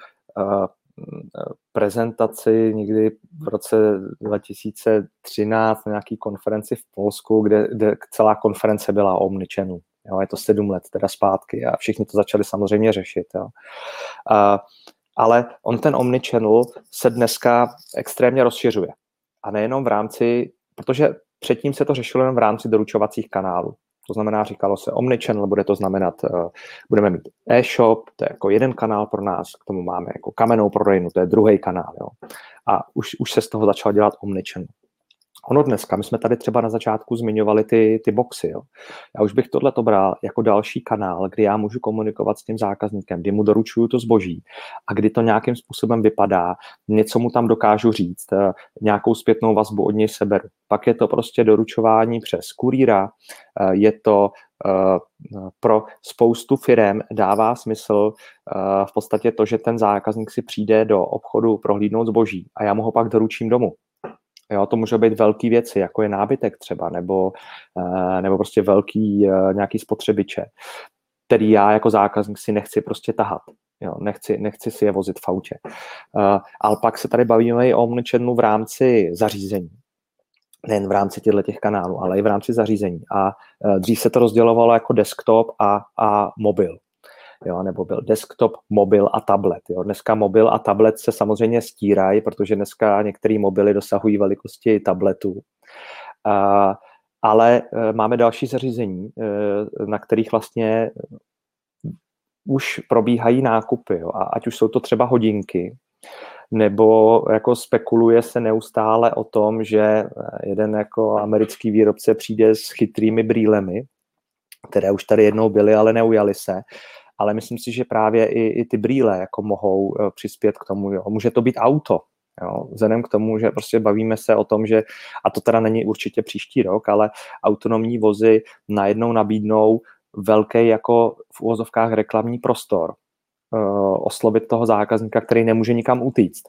prezentaci někdy v roce 2013 na nějaký konferenci v Polsku, kde celá konference byla o omnichannelu. Jo, je to 7 let teda zpátky a všichni to začali samozřejmě řešit. Jo. Ale ten omnichannel se dneska extrémně rozšiřuje. A nejenom v rámci, protože předtím se to řešilo jen v rámci doručovacích kanálů. To znamená, říkalo se omnichannel, bude to znamenat, budeme mít e-shop, to je jako jeden kanál pro nás, k tomu máme jako kamennou prodejnu, to je druhý kanál. Jo. A už se z toho začal dělat omnichannel. Ono dneska, my jsme tady třeba na začátku zmiňovali ty boxy. Jo. Já už bych tohle bral jako další kanál, kdy já můžu komunikovat s tím zákazníkem, kdy mu doručuju to zboží a kdy to nějakým způsobem vypadá, něco mu tam dokážu říct, nějakou zpětnou vazbu od něj seberu. Pak je to prostě doručování přes kurýra, je to pro spoustu firem dává smysl v podstatě to, že ten zákazník si přijde do obchodu prohlídnout zboží a já mu ho pak doručím domů. Jo, to může být velké věci, jako je nábytek třeba, nebo prostě velký nějaký spotřebiče, který já jako zákazník si nechci prostě tahat. Jo, nechci si je vozit v autě. Ale pak se tady bavíme i o omnichannelu v rámci zařízení. Nejen v rámci těch kanálů, ale i v rámci zařízení. A dřív se to rozdělovalo jako desktop a mobil. Jo, nebo byl desktop, mobil a tablet. Jo. Dneska mobil a tablet se samozřejmě stírají, protože dneska některé mobily dosahují velikosti tabletů. Ale máme další zařízení, na kterých vlastně už probíhají nákupy. Jo. A ať už jsou to třeba hodinky, nebo jako spekuluje se neustále o tom, že jeden jako americký výrobce přijde s chytrými brýlemi, které už tady jednou byly, ale neujaly se. Ale myslím si, že právě i ty brýle jako mohou přispět k tomu. Jo. Může to být auto, jo. Vzhledem k tomu, že prostě bavíme se o tom, že, a to teda není určitě příští rok, ale autonomní vozy najednou nabídnou velký jako v uvozovkách reklamní prostor oslovit toho zákazníka, který nemůže nikam utíct.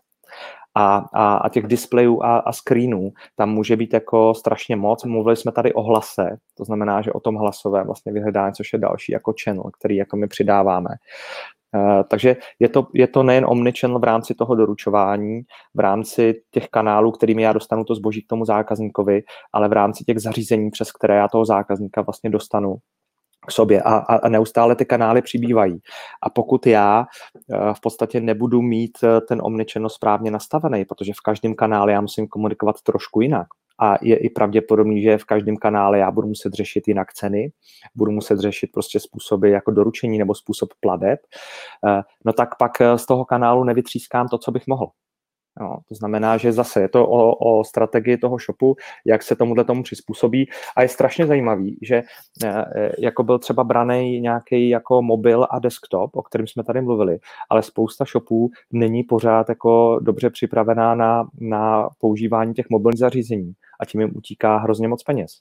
A těch displejů a screenů tam může být jako strašně moc. Mluvili jsme tady o hlase, to znamená, že o tom hlasovém vlastně vyhledání, což je další jako channel, který jako my přidáváme. Takže je to nejen omnichannel v rámci toho doručování, v rámci těch kanálů, kterými já dostanu to zboží k tomu zákazníkovi, ale v rámci těch zařízení, přes které já toho zákazníka vlastně dostanu k sobě a neustále ty kanály přibývají. A pokud já v podstatě nebudu mít ten omnichannel správně nastavený, protože v každém kanále já musím komunikovat trošku jinak a je i pravděpodobný, že v každém kanále já budu muset řešit jinak ceny, budu muset řešit prostě způsoby jako doručení nebo způsob plateb, no tak pak z toho kanálu nevytřískám to, co bych mohl. No, to znamená, že zase je to o strategii toho shopu, jak se tomu přizpůsobí a je strašně zajímavý, že jako byl třeba braný nějaký jako mobil a desktop, o kterém jsme tady mluvili, ale spousta shopů není pořád jako dobře připravená na používání těch mobilních zařízení a tím jim utíká hrozně moc peněz.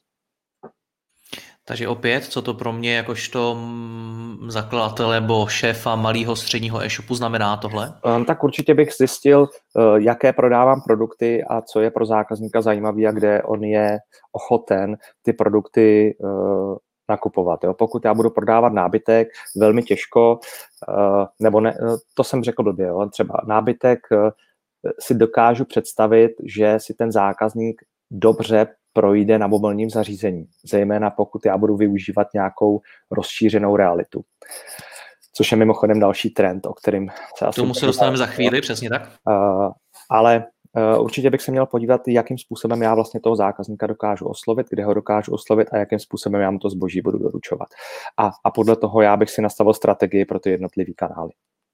Takže opět, co to pro mě jakožto zakladatele nebo šéfa malého středního e-shopu znamená tohle? Tak určitě bych zjistil, jaké prodávám produkty a co je pro zákazníka zajímavé a kde on je ochoten ty produkty nakupovat. Jo. Pokud já budu prodávat nábytek, velmi těžko, nebo ne, to jsem řekl blbě, jo. Třeba nábytek si dokážu představit, že si ten zákazník dobře projde na mobilním zařízení, zejména pokud já budu využívat nějakou rozšířenou realitu. Což je mimochodem další trend, o kterým se asi... Tomu se dostaneme za chvíli, přesně tak. Ale určitě bych se měl podívat, jakým způsobem já vlastně toho zákazníka dokážu oslovit, kde ho dokážu oslovit a jakým způsobem já mu to zboží budu doručovat. A podle toho já bych si nastavil strategii pro ty jednotlivé kanály.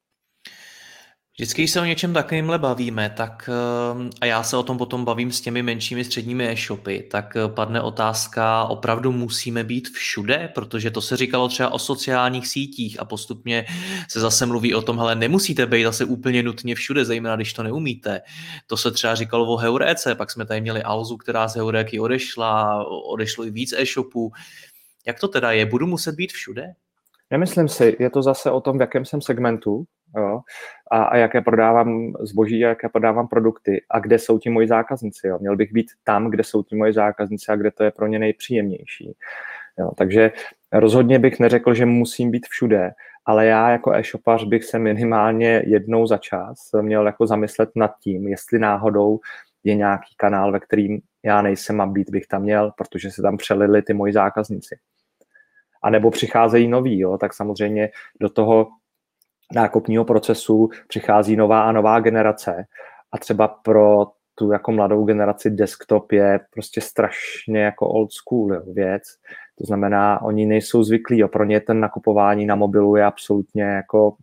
Vždycky, když se o něčem takovýmhle bavíme, tak a já se o tom potom bavím s těmi menšími středními e-shopy, tak padne otázka, opravdu musíme být všude, protože to se říkalo třeba o sociálních sítích a postupně se zase mluví o tom, hele, nemusíte být zase úplně nutně všude, zejména když to neumíte. To se třeba říkalo o Heuréce, pak jsme tady měli Alzu, která z Heuréky odešlo i víc e-shopů. Jak to teda je? Budu muset být všude? Nemyslím si, je to zase o tom, v jakém jsem segmentu, jo, a jaké prodávám zboží a jaké prodávám produkty a kde jsou ti moji zákazníci. Jo. Měl bych být tam, kde jsou ti moji zákazníci a kde to je pro ně nejpříjemnější. Jo. Takže rozhodně bych neřekl, že musím být všude, ale já jako e-shopař bych se minimálně jednou za čas měl jako zamyslet nad tím, jestli náhodou je nějaký kanál, ve kterým já nejsem a být bych tam měl, protože se tam přelili ty moji zákazníci. A nebo přicházejí noví, jo, tak samozřejmě do toho nákupního procesu přichází nová a nová generace a třeba pro tu jako mladou generaci desktop je prostě strašně jako old school věc. To znamená, oni nejsou zvyklí, jo, pro ně ten nakupování na mobilu je absolutně jako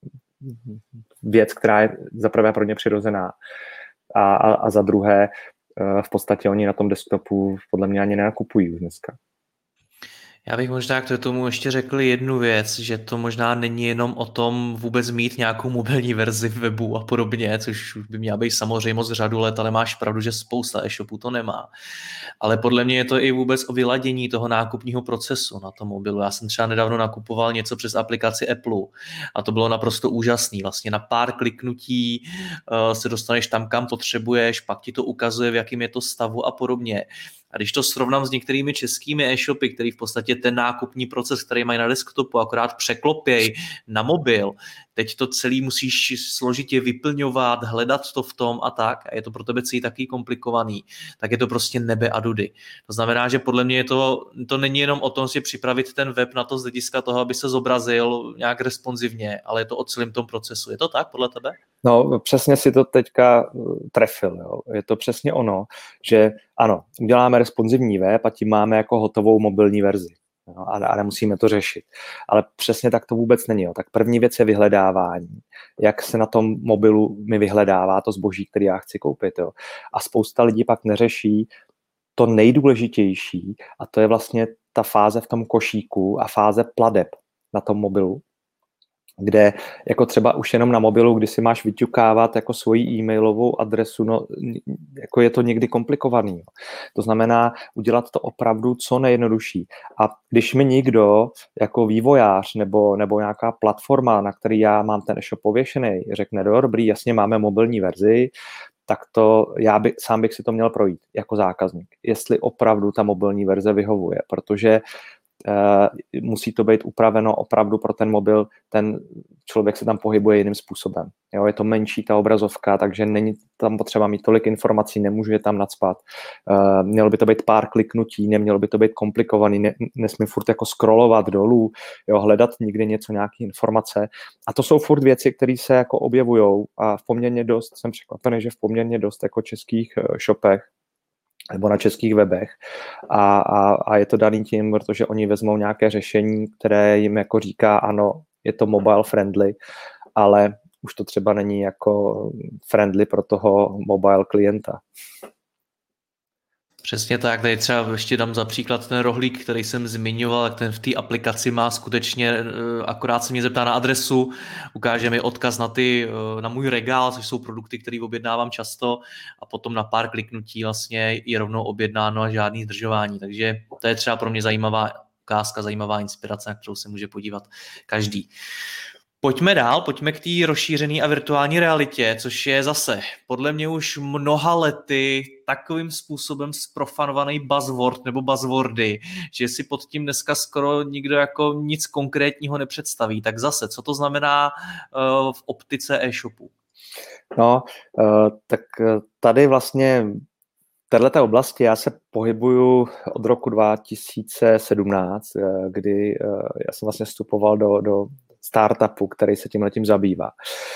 věc, která je za prvé pro ně přirozená a za druhé v podstatě oni na tom desktopu podle mě ani nenakupují už dneska. Já bych možná k tomu ještě řekl jednu věc, že to možná není jenom o tom vůbec mít nějakou mobilní verzi v webu a podobně, což by měla být samozřejmě z řadu let, ale máš pravdu, že spousta e-shopů to nemá. Ale podle mě je to i vůbec o vyladění toho nákupního procesu na tom mobilu. Já jsem třeba nedávno nakupoval něco přes aplikaci Apple a to bylo naprosto úžasný. Vlastně na pár kliknutí se dostaneš tam, kam potřebuješ, pak ti to ukazuje, v jakém je to stavu a podobně. A když to srovnám s některými českými e-shopy, který v podstatě ten nákupní proces, který mají na desktopu, akorát překlopěj na mobil, teď to celý musíš složitě vyplňovat, hledat to v tom a tak, a je to pro tebe celý taky komplikovaný, tak je to prostě nebe a dudy. To znamená, že podle mě to není jenom o tom si připravit ten web na to z hlediska toho, aby se zobrazil nějak responsivně, ale je to o celém tom procesu. Je to tak podle tebe? No, přesně si to teďka trefil. Jo. Je to přesně ono, že ano, uděláme responsivní web a tím máme jako hotovou mobilní verzi. No, a nemusíme to řešit. Ale přesně tak to vůbec není. Jo. Tak první věc je vyhledávání. Jak se na tom mobilu mi vyhledává to zboží, který já chci koupit. Jo. A spousta lidí pak neřeší to nejdůležitější a to je vlastně ta fáze v tom košíku a fáze plateb na tom mobilu, kde jako třeba už jenom na mobilu, kdy si máš vyťukávat jako svoji e-mailovou adresu, no jako je to někdy komplikovaný. Jo. To znamená udělat to opravdu co nejjednodušší. A když mi někdo jako vývojář nebo nějaká platforma, na který já mám ten e-shop pověšený, řekne, dobrý, jasně máme mobilní verzi, tak to sám bych si to měl projít jako zákazník. Jestli opravdu ta mobilní verze vyhovuje, protože musí to být upraveno opravdu pro ten mobil, ten člověk se tam pohybuje jiným způsobem. Jo, je to menší ta obrazovka, takže není tam potřeba mít tolik informací, nemůžu je tam nacpat. Mělo by to být pár kliknutí, nemělo by to být komplikovaný, nesmím furt jako scrollovat dolů, jo, hledat někde něco, nějaké informace. A to jsou furt věci, které se jako objevujou a v poměrně dost, jsem překvapený, že v poměrně dost jako českých shopech nebo na českých webech a je to daný tím, protože oni vezmou nějaké řešení, které jim jako říká, ano, je to mobile friendly, ale už to třeba není jako friendly pro toho mobile klienta. Přesně tak, tady třeba ještě dám za příklad ten rohlík, který jsem zmiňoval, tak ten v té aplikaci má skutečně, akorát se mě zeptá na adresu, ukáže mi odkaz na můj regál, což jsou produkty, které objednávám často a potom na pár kliknutí vlastně je rovnou objednáno a žádný zdržování, takže to je třeba pro mě zajímavá ukázka, zajímavá inspirace, na kterou se může podívat každý. Pojďme dál, pojďme k té rozšířené a virtuální realitě, což je zase podle mě už mnoha lety takovým způsobem zprofanovaný buzzword nebo buzzwordy, že si pod tím dneska skoro nikdo jako nic konkrétního nepředstaví. Tak zase, co to znamená v optice e-shopu? No, tak tady vlastně v této oblasti já se pohybuju od roku 2017, kdy já jsem vlastně vstupoval do startupu, který se tímhletím zabývá.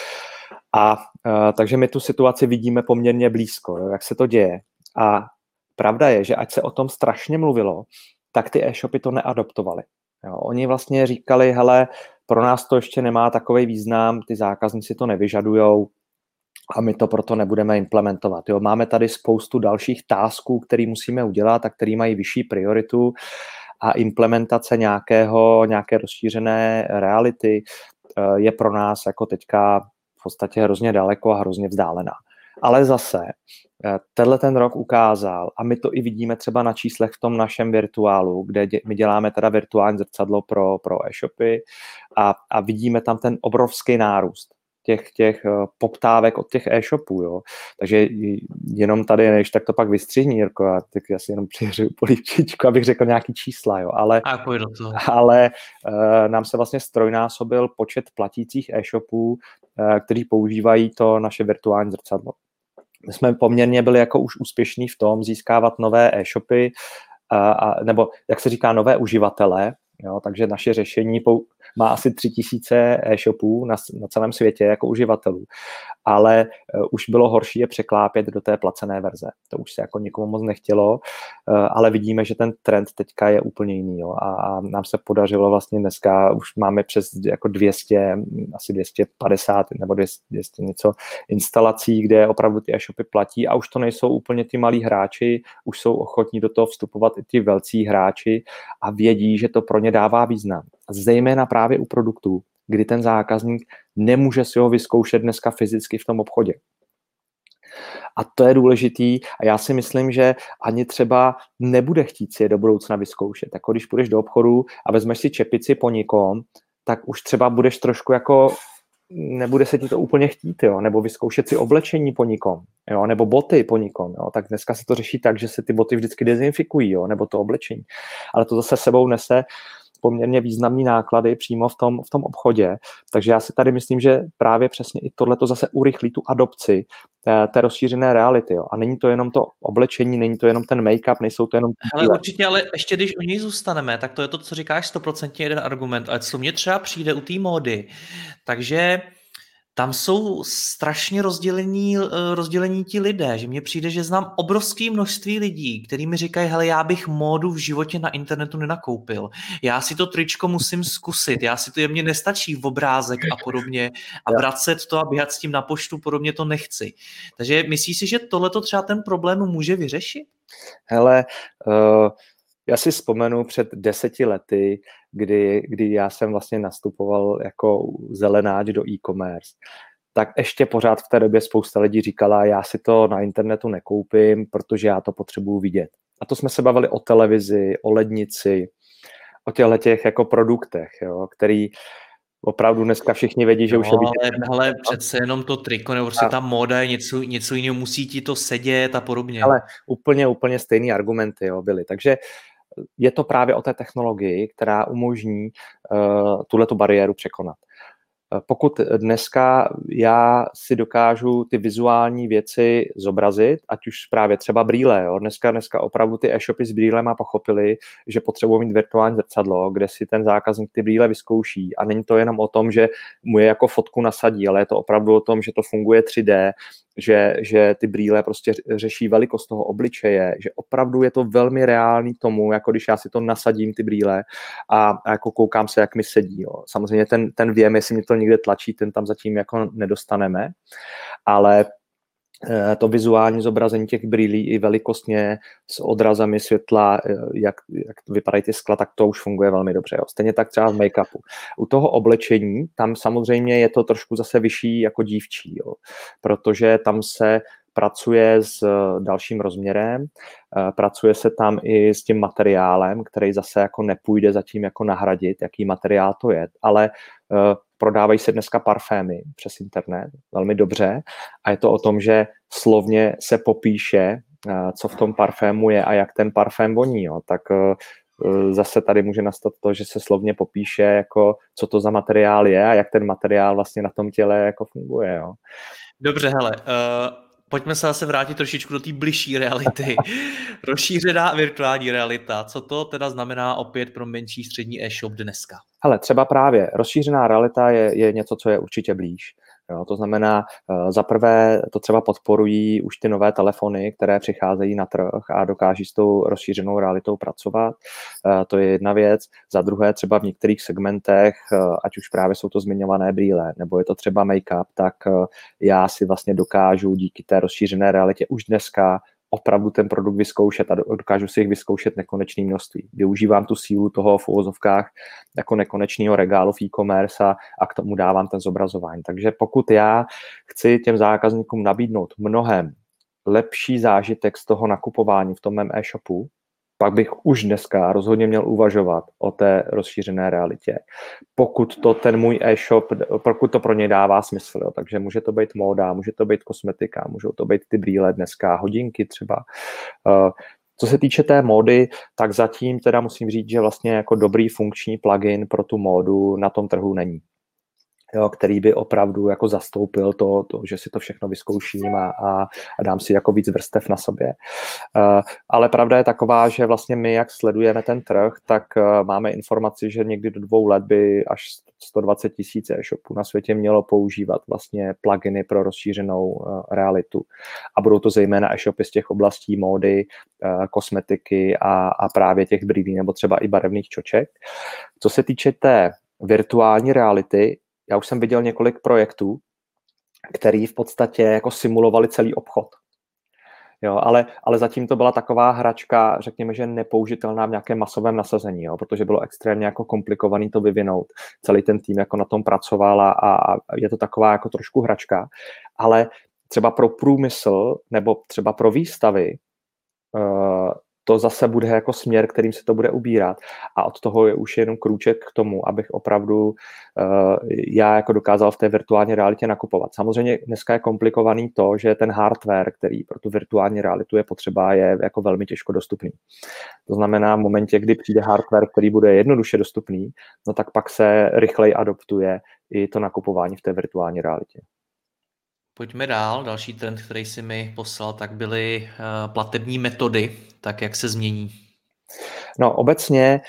Takže my tu situaci vidíme poměrně blízko, jo, jak se to děje. A pravda je, že ať se o tom strašně mluvilo, tak ty e-shopy to neadoptovali. Jo, oni vlastně říkali, hele, pro nás to ještě nemá takový význam, ty zákazníci to nevyžadujou a my to proto nebudeme implementovat. Jo, máme tady spoustu dalších tasků, které musíme udělat a které mají vyšší prioritu a implementace nějaké rozšířené reality je pro nás jako teďka v podstatě hrozně daleko a hrozně vzdálená. Ale zase tenhle ten rok ukázal, a my to i vidíme třeba na číslech v tom našem virtuálu, kde my děláme teda virtuální zrcadlo pro e-shopy a vidíme tam ten obrovský nárůst těch poptávek od těch e-shopů, jo. Takže jenom tady, než tak to pak vystřihni, Jirko, já si jenom přihřeju polívčičku, abych řekl nějaký čísla, jo. Ale nám se vlastně strojnásobil počet platících e-shopů, kteří používají to naše virtuální zrcadlo. My jsme poměrně byli jako už úspěšní v tom získávat nové e-shopy, nebo jak se říká, nové uživatele, jo, takže naše řešení má asi 3000 e-shopů na celém světě jako uživatelů, ale už bylo horší je překlápět do té placené verze. To už se jako nikomu moc nechtělo, ale vidíme, že ten trend teďka je úplně jiný. Jo. A nám se podařilo vlastně dneska, už máme přes jako 200, asi 250 nebo 200 něco instalací, kde opravdu ty e-shopy platí a už to nejsou úplně ty malí hráči, už jsou ochotní do toho vstupovat i ty velcí hráči a vědí, že to pro ně dává význam. Zejména právě u produktů, kdy ten zákazník nemůže si ho vyzkoušet dneska fyzicky v tom obchodě. A to je důležitý a já si myslím, že ani třeba nebude chtít si je do budoucna vyzkoušet. Jako když půjdeš do obchodu a vezmeš si čepici po nikom, tak už třeba budeš trošku jako, nebude se ti to úplně chtít, jo? Nebo vyzkoušet si oblečení po nikom, jo? Nebo boty po nikom. Jo? Tak dneska se to řeší tak, že se ty boty vždycky dezinfikují, jo? Nebo to oblečení. Ale to zase sebou nese poměrně významný náklady přímo v tom obchodě. Takže já si tady myslím, že právě přesně i tohle to zase urychlí tu adopci té rozšířené reality. Jo. A není to jenom to oblečení, není to jenom ten make-up, nejsou to jenom... Hele, určitě, ale ještě když u něj zůstaneme, tak to je to, co říkáš, 100% jeden argument. Ale co mně třeba přijde u té módy, takže tam jsou strašně rozdělení ti lidé, že mně přijde, že znám obrovské množství lidí, kteří mi říkají, hele, já bych módu v životě na internetu nenakoupil. Já si to tričko musím zkusit, mně nestačí v obrázek a podobně a vracet to a běhat s tím na poštu, podobně to nechci. Takže myslíš si, že tohleto třeba ten problém může vyřešit? Hele, já si vzpomenu před 10 lety, kdy já jsem vlastně nastupoval jako zelenáč do e-commerce, tak ještě pořád v té době spousta lidí říkala, já si to na internetu nekoupím, protože já to potřebuju vidět. A to jsme se bavili o televizi, o lednici, o těch jako produktech, jo, který opravdu dneska všichni vědí, že už je vidět. Ale přece jenom to triko, nebo prostě ta móda je něco jiného, musí ti to sedět a podobně. Ale úplně stejný argumenty, jo, byly. Takže je to právě o té technologii, která umožní tuhletu bariéru překonat. Pokud dneska já si dokážu ty vizuální věci zobrazit, ať už právě třeba brýle, jo. Dneska opravdu ty e-shopy s brýlema pochopili, že potřebují mít virtuální zrcadlo, kde si ten zákazník ty brýle vyzkouší a není to jenom o tom, že mu je jako fotku nasadí, ale je to opravdu o tom, že to funguje 3D, že ty brýle prostě řeší velikost toho obličeje, že opravdu je to velmi reálný tomu, jako když já si to nasadím ty brýle a jako koukám se, jak mi sedí. Jo. Samozřejmě ten věm, jestli mě to někde tlačí, ten tam zatím jako nedostaneme, ale to vizuální zobrazení těch brýlí i velikostně s odrazami světla, jak vypadají ty skla, tak to už funguje velmi dobře. Jo. Stejně tak třeba v make-upu. U toho oblečení, tam samozřejmě je to trošku zase vyšší jako dívčí, jo. Protože tam se pracuje s dalším rozměrem, pracuje se tam i s tím materiálem, který zase jako nepůjde zatím jako nahradit, jaký materiál to je, ale prodávají se dneska parfémy přes internet velmi dobře a je to o tom, že slovně se popíše, co v tom parfému je a jak ten parfém voní, jo. Tak zase tady může nastat to, že se slovně popíše, jako, co to za materiál je a jak ten materiál vlastně na tom těle jako funguje. Jo. Dobře, hele, pojďme se zase vrátit trošičku do té bližší reality. Rozšířená virtuální realita. Co to teda znamená opět pro menší střední e-shop dneska? Hele, třeba právě rozšířená realita je něco, co je určitě blíž. Jo, to znamená, za prvé to třeba podporují už ty nové telefony, které přicházejí na trh a dokáží s tou rozšířenou realitou pracovat. To je jedna věc. Za druhé třeba v některých segmentech, ať už právě jsou to zmiňované brýle, nebo je to třeba make-up, tak já si vlastně dokážu díky té rozšířené realitě už dneska opravdu ten produkt vyzkoušet a dokážu si jich vyzkoušet nekonečné množství. Využívám tu sílu toho v uvozovkách jako nekonečného regálu v e-commerce a k tomu dávám ten zobrazování. Takže pokud já chci těm zákazníkům nabídnout mnohem lepší zážitek z toho nakupování v tom mém e-shopu, pak bych už dneska rozhodně měl uvažovat o té rozšířené realitě. Pokud to ten můj e-shop, pokud to pro něj dává smysl, jo. Takže může to být móda, může to být kosmetika, můžou to být ty brýle dneska, hodinky třeba. Co se týče té módy, tak zatím teda musím říct, že vlastně jako dobrý funkční plugin pro tu módu na tom trhu není. jo, který by opravdu jako zastoupil to, že si to všechno vyzkouším a dám si jako víc vrstev na sobě. Ale pravda je taková, že vlastně my, jak sledujeme ten trh, tak máme informaci, že někdy do 2 let by až 120 000 e-shopů na světě mělo používat vlastně pluginy pro rozšířenou realitu. A budou to zejména e-shopy z těch oblastí módy, kosmetiky a právě těch brýlí nebo třeba i barevných čoček. Co se týče té virtuální reality, já už jsem viděl několik projektů, který v podstatě jako simulovali celý obchod. Jo, ale zatím to byla taková hračka, řekněme, že nepoužitelná v nějakém masovém nasazení, jo, protože bylo extrémně jako komplikovaný to vyvinout. Celý ten tým jako na tom pracoval a je to taková jako trošku hračka, ale třeba pro průmysl nebo třeba pro výstavy to zase bude jako směr, kterým se to bude ubírat a od toho je už jenom krůček k tomu, abych opravdu já jako dokázal v té virtuální realitě nakupovat. Samozřejmě dneska je komplikovaný to, že ten hardware, který pro tu virtuální realitu je potřeba, je jako velmi těžko dostupný. To znamená, v momentě, kdy přijde hardware, který bude jednoduše dostupný, no tak pak se rychleji adoptuje i to nakupování v té virtuální realitě. Pojďme dál. Další trend, který si mi poslal, tak byly platební metody. Tak jak se změní? No obecně,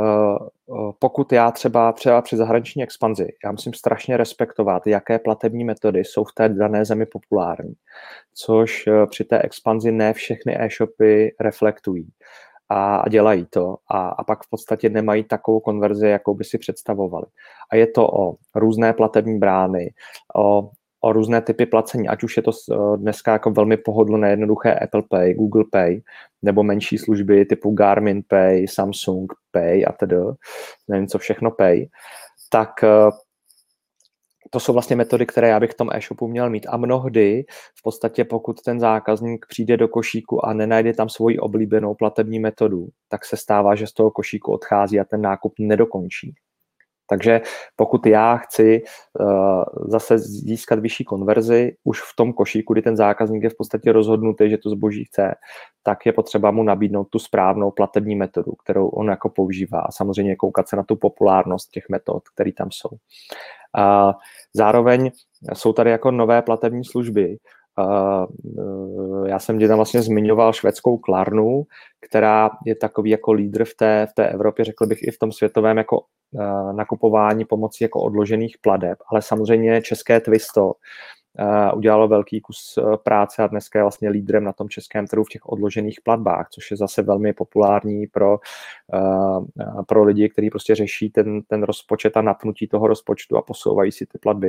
pokud já třeba při zahraniční expanzi, já musím strašně respektovat, jaké platební metody jsou v té dané zemi populární, což při té expanzi ne všechny e-shopy reflektují a dělají to a pak v podstatě nemají takovou konverzi, jakou by si představovali. A je to o různé platební brány, o různé typy placení, ať už je to dneska jako velmi pohodlné, jednoduché Apple Pay, Google Pay, nebo menší služby typu Garmin Pay, Samsung Pay a tedy, nevím co všechno Pay, tak to jsou vlastně metody, které já bych v tom e-shopu měl mít. A mnohdy v podstatě, pokud ten zákazník přijde do košíku a nenajde tam svoji oblíbenou platební metodu, tak se stává, že z toho košíku odchází a ten nákup nedokončí. Takže pokud já chci zase získat vyšší konverzi už v tom košíku, kdy ten zákazník je v podstatě rozhodnutý, že to zboží chce, tak je potřeba mu nabídnout tu správnou platební metodu, kterou on jako používá. A samozřejmě koukat se na tu populárnost těch metod, které tam jsou. Zároveň jsou tady jako nové platební služby. Já jsem tam vlastně zmiňoval švédskou Klarnu, která je takový jako lídr v té Evropě, řekl bych i v tom světovém jako nakupování pomocí jako odložených plateb, ale samozřejmě české Twisto udělalo velký kus práce a dneska je vlastně lídrem na tom českém trhu v těch odložených platbách, což je zase velmi populární pro lidi, kteří prostě řeší ten rozpočet a napnutí toho rozpočtu a posouvají si ty platby.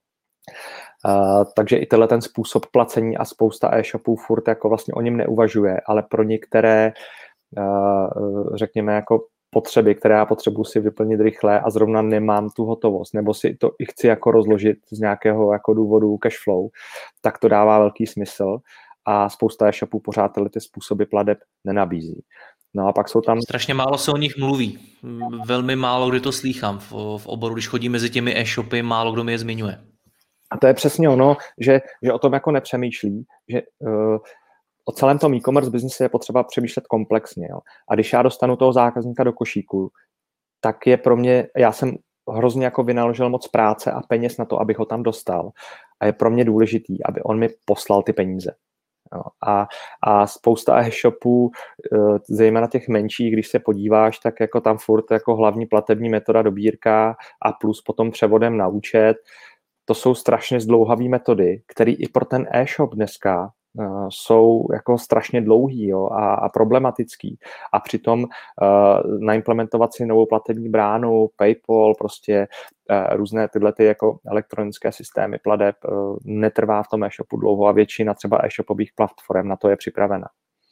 Takže i tenhle ten způsob placení a spousta e-shopů furt jako vlastně o něm neuvažuje, ale pro některé, řekněme, jako potřeby, které já potřebuji si vyplnit rychle a zrovna nemám tu hotovost, nebo si to i chci jako rozložit z nějakého jako důvodu cash flow, tak to dává velký smysl a spousta e-shopů pořád ty způsoby plateb nenabízí. No a pak jsou tam... Strašně málo se o nich mluví. Velmi málo kdy to slýchám v oboru, když chodím mezi těmi e-shopy, málo kdo mi je zmiňuje. A to je přesně ono, že o tom jako nepřemýšlí, že o celém tom e-commerce biznise je potřeba přemýšlet komplexně. Jo. A když já dostanu toho zákazníka do košíku, tak je pro mě, já jsem hrozně jako vynaložil moc práce a peněz na to, abych ho tam dostal. A je pro mě důležitý, aby on mi poslal ty peníze. Jo. A spousta e-shopů, zejména těch menších, když se podíváš, tak jako tam furt jako hlavní platební metoda dobírka a plus potom převodem na účet. To jsou strašně zdlouhavé metody, které i pro ten e-shop dneska jsou jako strašně dlouhý, jo, a problematický. A přitom naimplementovat si novou platební bránu, PayPal, prostě různé tyhle ty jako elektronické systémy plateb netrvá v tom e-shopu dlouho a většina třeba e-shopových platform na to je připravena.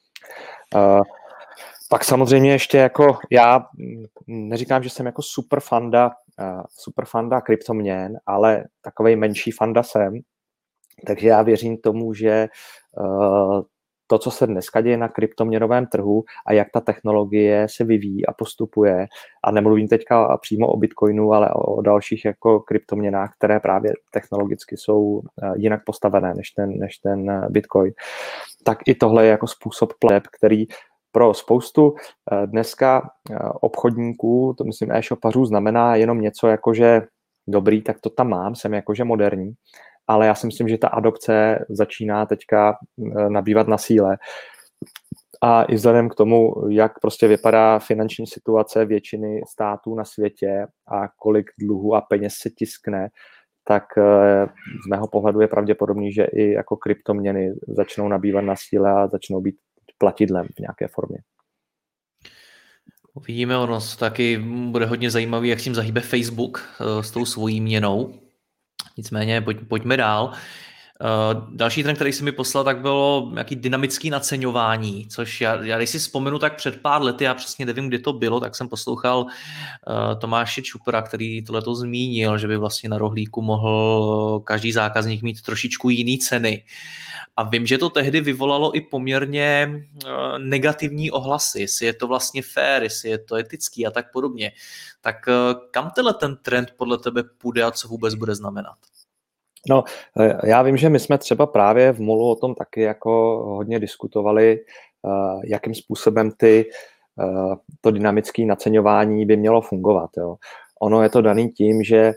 Pak samozřejmě ještě jako já neříkám, že jsem jako super fanda kryptoměn, ale takovej menší fanda jsem, takže já věřím tomu, že to, co se dneska děje na kryptoměnovém trhu a jak ta technologie se vyvíjí a postupuje, a nemluvím teďka přímo o Bitcoinu, ale o dalších jako kryptoměnách, které právě technologicky jsou jinak postavené než ten Bitcoin, tak i tohle je jako způsob plateb, který pro spoustu dneska obchodníků, to myslím e-shopařů, znamená jenom něco jako, že dobrý, tak to tam mám, jsem jakože moderní, ale já si myslím, že ta adopce začíná teďka nabývat na síle. A i vzhledem k tomu, jak prostě vypadá finanční situace většiny států na světě a kolik dluhu a peněz se tiskne, tak z mého pohledu je pravděpodobný, že i jako kryptoměny začnou nabývat na síle a začnou být platidlem v nějaké formě. Uvidíme, ono taky bude hodně zajímavý, jak s tím zahýbe Facebook s tou svojí měnou. Nicméně pojďme dál. Další trend, který jsi mi poslal, tak bylo nějaký dynamický naceňování, což já když si vzpomenu, tak před pár lety, já přesně nevím, kdy to bylo, tak jsem poslouchal Tomáše Čupra, který tohleto zmínil, že by vlastně na rohlíku mohl každý zákazník mít trošičku jiný ceny. A vím, že to tehdy vyvolalo i poměrně negativní ohlasy, jestli je to vlastně fair, jestli je to etický a tak podobně. Tak kam ten trend podle tebe půjde a co vůbec bude znamenat? No, já vím, že my jsme třeba právě v MOLu o tom taky jako hodně diskutovali, jakým způsobem to dynamické naceňování by mělo fungovat. Jo. Ono je to daný tím, že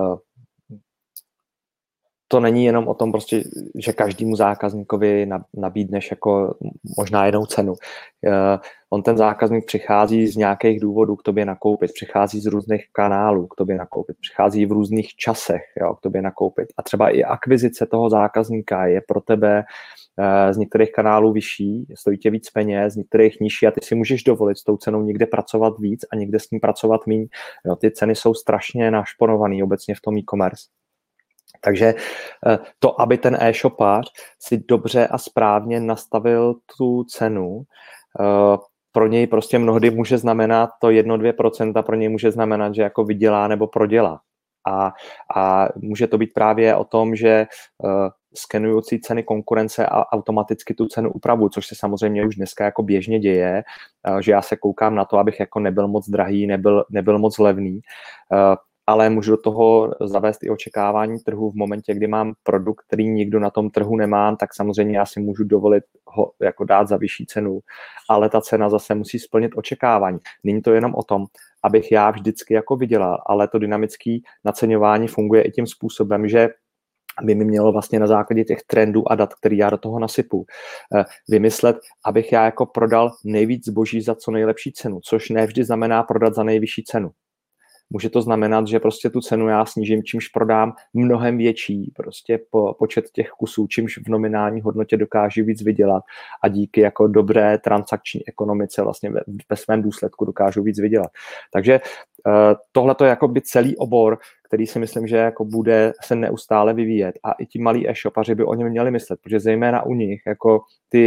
to není jenom o tom prostě, že každému zákazníkovi nabídneš jako možná jinou cenu. On ten zákazník přichází z nějakých důvodů k tobě nakoupit, přichází z různých kanálů k tobě nakoupit, přichází v různých časech, jo, k tobě nakoupit. A třeba i akvizice toho zákazníka je pro tebe z některých kanálů vyšší, stojí tě víc peněz, z některých nižší a ty si můžeš dovolit s tou cenou někde pracovat víc a někde s ní pracovat míň. Jo, ty ceny jsou strašně našponované obecně v tom e-commerce. Takže to, aby ten e-shopář si dobře a správně nastavil tu cenu, pro něj prostě mnohdy může znamenat to 1-2%, pro něj může znamenat, že jako vydělá nebo prodělá. A může to být právě o tom, že skenující ceny konkurence a automaticky tu cenu upravují, což se samozřejmě už dneska jako běžně děje, že já se koukám na to, abych jako nebyl moc drahý, nebyl moc levný, ale můžu do toho zavést i očekávání trhu v momentě, kdy mám produkt, který nikdo na tom trhu nemá, tak samozřejmě já si můžu dovolit ho jako dát za vyšší cenu, ale ta cena zase musí splnit očekávání. Není to jenom o tom, abych já vždycky jako vydělal, ale to dynamické naceňování funguje i tím způsobem, že by mi mělo vlastně na základě těch trendů a dat, který já do toho nasypu, vymyslet, abych já jako prodal nejvíc zboží za co nejlepší cenu, což ne vždy znamená prodat za nejvyšší cenu. Může to znamenat, že prostě tu cenu já snížím, čímž prodám mnohem větší prostě počet těch kusů, čímž v nominální hodnotě dokážu víc vydělat a díky jako dobré transakční ekonomice vlastně ve svém důsledku dokážu víc vydělat. Takže tohle to je jako by celý obor, který si myslím, že jako bude se neustále vyvíjet a i ti malí e-shopaři by o něm měli myslet, protože zejména u nich jako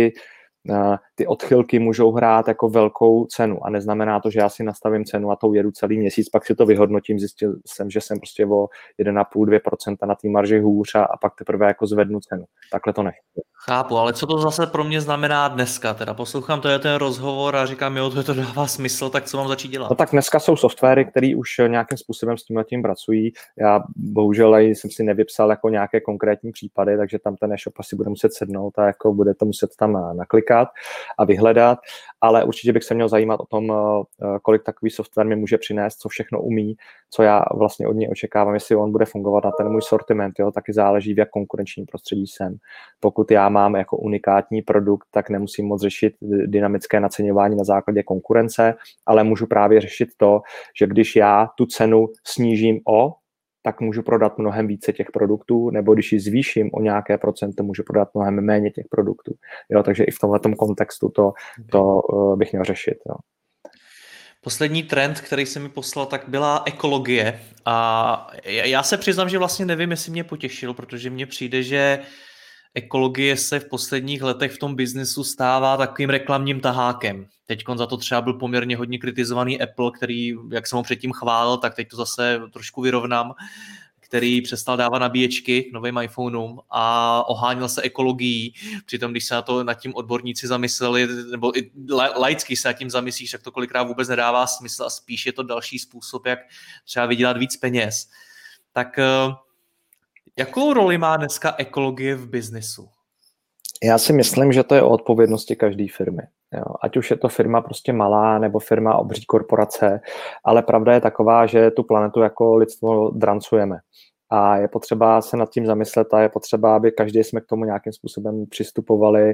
ty odchylky můžou hrát jako velkou cenu a neznamená to, že já si nastavím cenu a tou jedu celý měsíc, pak si to vyhodnotím, zjistil jsem, že jsem prostě o 1,5-2% na té marži hůř a pak teprve jako zvednu cenu. Takhle to nechci. Chápu, ale co to zase pro mě znamená dneska? Teda poslouchám ten rozhovor a říkám, jo, to dává smysl, tak co mám začít dělat? No tak dneska jsou softwary, které už nějakým způsobem s tímhletím pracují. Já bohužel jsem si nevypsal jako nějaké konkrétní případy, takže tam ten e-shop asi bude muset sednout a jako bude to muset tam naklikat a vyhledat, ale určitě bych se měl zajímat o tom, kolik takový software mi může přinést, co všechno umí, co já vlastně od něj očekávám, jestli on bude fungovat na ten můj sortiment, jo, taky záleží, v jak konkurenčním prostředí jsem. Pokud já mám jako unikátní produkt, tak nemusím moc řešit dynamické naceňování na základě konkurence, ale můžu právě řešit to, že když já tu cenu snížím tak můžu prodat mnohem více těch produktů, nebo když ji zvýším o nějaké procento, můžu prodat mnohem méně těch produktů. Jo, takže i v tomhletom kontextu to bych měl řešit. Jo. Poslední trend, který se mi poslal, tak byla ekologie. A já se přiznám, že vlastně nevím, jestli mě potěšil, protože mně přijde, že ekologie se v posledních letech v tom biznesu stává takovým reklamním tahákem. Teďkon za to třeba byl poměrně hodně kritizovaný Apple, který, jak jsem ho předtím chválil, tak teď to zase trošku vyrovnám, který přestal dávat nabíječky k novým iPhoneům a oháněl se ekologií. Přitom, když se nad tím odborníci zamysleli, nebo i laicky se nad tím zamyslíš, tak to kolikrát vůbec nedává smysl a spíš je to další způsob, jak třeba vydělat víc peněz. Tak jakou roli má dneska ekologie v biznesu? Já si myslím, že to je o odpovědnosti každé firmy. Jo. Ať už je to firma prostě malá nebo firma obří korporace, ale pravda je taková, že tu planetu jako lidstvo drancujeme. A je potřeba se nad tím zamyslet a je potřeba, aby každý jsme k tomu nějakým způsobem přistupovali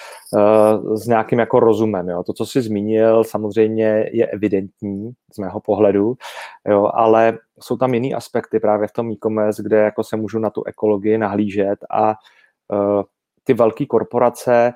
s nějakým jako rozumem. Jo. To, co jsi zmínil, samozřejmě je evidentní z mého pohledu, jo, ale jsou tam jiný aspekty právě v tom e-commerce, kde jako se můžu na tu ekologii nahlížet a ty velké korporace,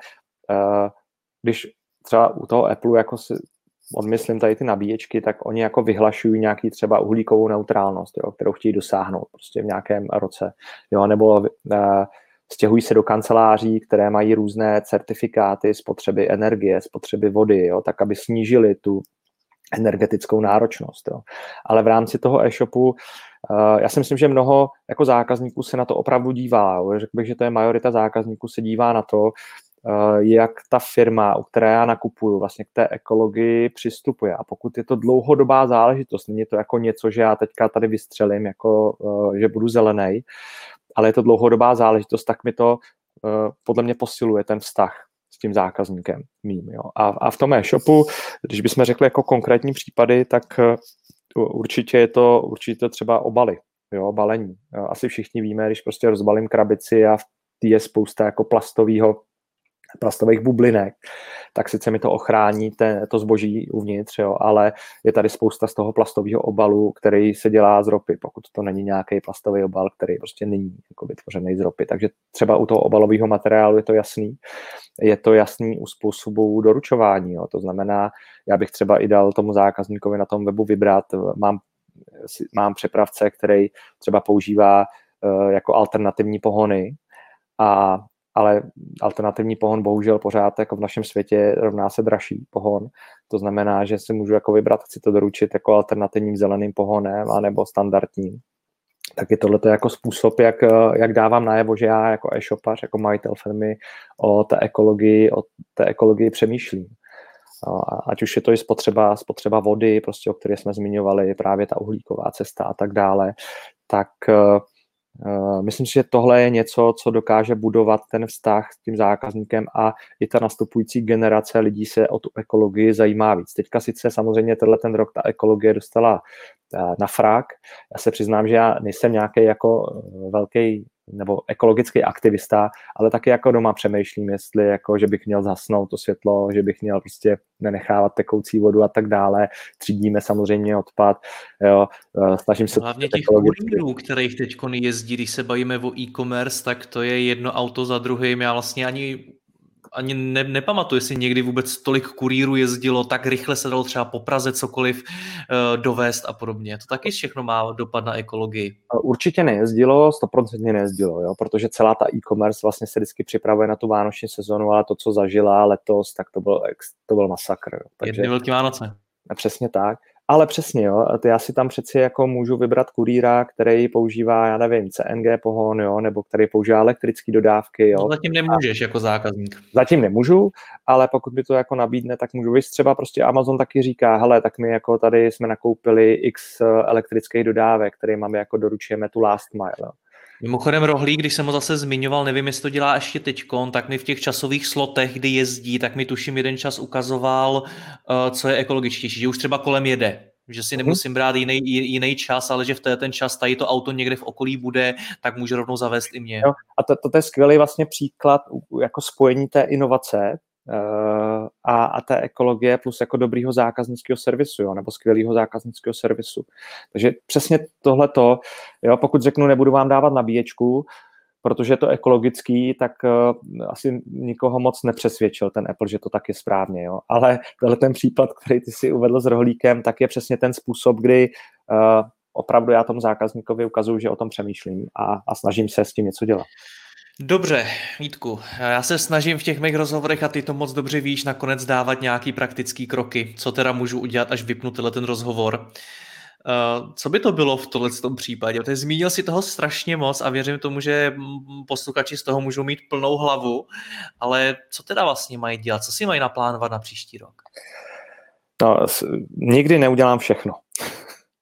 když třeba u toho Apple jako si odmyslím tady ty nabíječky, tak oni jako vyhlašují nějaký třeba uhlíkovou neutrálnost, jo, kterou chtějí dosáhnout prostě v nějakém roce. Jo, nebo stěhují se do kanceláří, které mají různé certifikáty spotřeby energie, spotřeby vody, jo, tak aby snížili tu energetickou náročnost. Jo. Ale v rámci toho e-shopu já si myslím, že mnoho jako zákazníků se na to opravdu dívá. Jo. Řekl bych, že to je majorita zákazníků se dívá na to, jak ta firma, u které já nakupuju, vlastně k té ekologii přistupuje. A pokud je to dlouhodobá záležitost, není to jako něco, že já teďka tady vystřelím, jako, že budu zelenej, ale je to dlouhodobá záležitost, tak mi to podle mě posiluje ten vztah s tím zákazníkem mým. Jo. A v tom e-shopu, když bychom řekli jako konkrétní případy, tak určitě je to třeba obaly, jo, balení. Asi všichni víme, když prostě rozbalím krabici a v té je spousta jako plastových bublinek, tak sice mi to ochrání to zboží uvnitř, jo, ale je tady spousta z toho plastového obalu, který se dělá z ropy, pokud to není nějaký plastový obal, který prostě není jako vytvořený z ropy. Takže třeba u toho obalového materiálu je to jasný. Je to jasný u způsobu doručování. Jo. To znamená, já bych třeba i dal tomu zákazníkovi na tom webu vybrat, mám přepravce, který třeba používá jako alternativní pohony, ale alternativní pohon bohužel pořád jako v našem světě rovná se dražší pohon. To znamená, že si můžu jako vybrat, chci to doručit jako alternativním zeleným pohonem anebo standardním. Tak je tohle jako způsob, jak dávám najevo, že já jako e-shopař, jako majitel firmy o té ekologii přemýšlím. Ať už je to i spotřeba vody, prostě, o které jsme zmiňovali, právě ta uhlíková cesta a tak dále, tak myslím si, že tohle je něco, co dokáže budovat ten vztah s tím zákazníkem a i ta nastupující generace lidí se o tu ekologii zajímá víc. Teďka sice samozřejmě ten rok ta ekologie dostala na frak. Já se přiznám, že já nejsem nějaký jako velký nebo ekologický aktivista, ale taky jako doma přemýšlím, jestli jako, že bych měl zhasnout to světlo, že bych měl prostě nenechávat tekoucí vodu a tak dále. Třídíme samozřejmě odpad. Jo. Snažím se... Hlavně těch kurýrů, kterých teď jezdí, když se bavíme o e-commerce, tak to je jedno auto za druhým. Já vlastně ani nepamatuji, jestli někdy vůbec tolik kurýrů jezdilo, tak rychle se dalo třeba po Praze cokoliv dovést a podobně. To taky všechno má dopad na ekologii. Určitě nejezdilo, 100% nejezdilo, jo, protože celá ta e-commerce vlastně se vždycky připravuje na tu vánoční sezonu, ale to, co zažila letos, tak to byl masakr. Jo. Takže, jedny velký Vánoce. Přesně tak. Ale přesně, jo, já si tam přeci jako můžu vybrat kurýra, který používá, já nevím, CNG pohon, jo, nebo který používá elektrické dodávky, jo. No, zatím nemůžeš jako zákazník. Zatím nemůžu, ale pokud by to jako nabídne, tak můžu. Víš, třeba prostě Amazon taky říká, hele, tak my jako tady jsme nakoupili x elektrických dodávek, které máme jako doručujeme tu last mile, jo. Mimochodem Rohlík, když jsem ho zase zmiňoval, nevím, jestli to dělá ještě teďkon, tak mi v těch časových slotech, kdy jezdí, tak mi tuším jeden čas ukazoval, co je ekologičtější, že už třeba kolem jede, že si nemusím brát jiný čas, ale že v ten čas tady to auto někde v okolí bude, tak může rovnou zavést i mě. Jo, a to je skvělý vlastně příklad jako spojení té inovace a té ekologie plus jako dobrýho zákaznického servisu, jo, nebo skvělého zákaznického servisu. Takže přesně tohleto, jo, pokud řeknu, nebudu vám dávat nabíječku, protože je to ekologický, tak asi nikoho moc nepřesvědčil ten Apple, že to tak je správně. Jo. Ale ten případ, který ty si uvedl s rohlíkem, tak je přesně ten způsob, kdy opravdu já tomu zákazníkovi ukazuju, že o tom přemýšlím a snažím se s tím něco dělat. Dobře, Vítku, já se snažím v těch mých rozhovorech, a ty to moc dobře víš, nakonec dávat nějaký praktický kroky, co teda můžu udělat, až vypnu ten rozhovor. Co by to bylo v tomto případě? Ty zmínil si toho strašně moc a věřím tomu, že posluchači z toho můžou mít plnou hlavu, ale co teda vlastně mají dělat? Co si mají naplánovat na příští rok? No, nikdy neudělám všechno.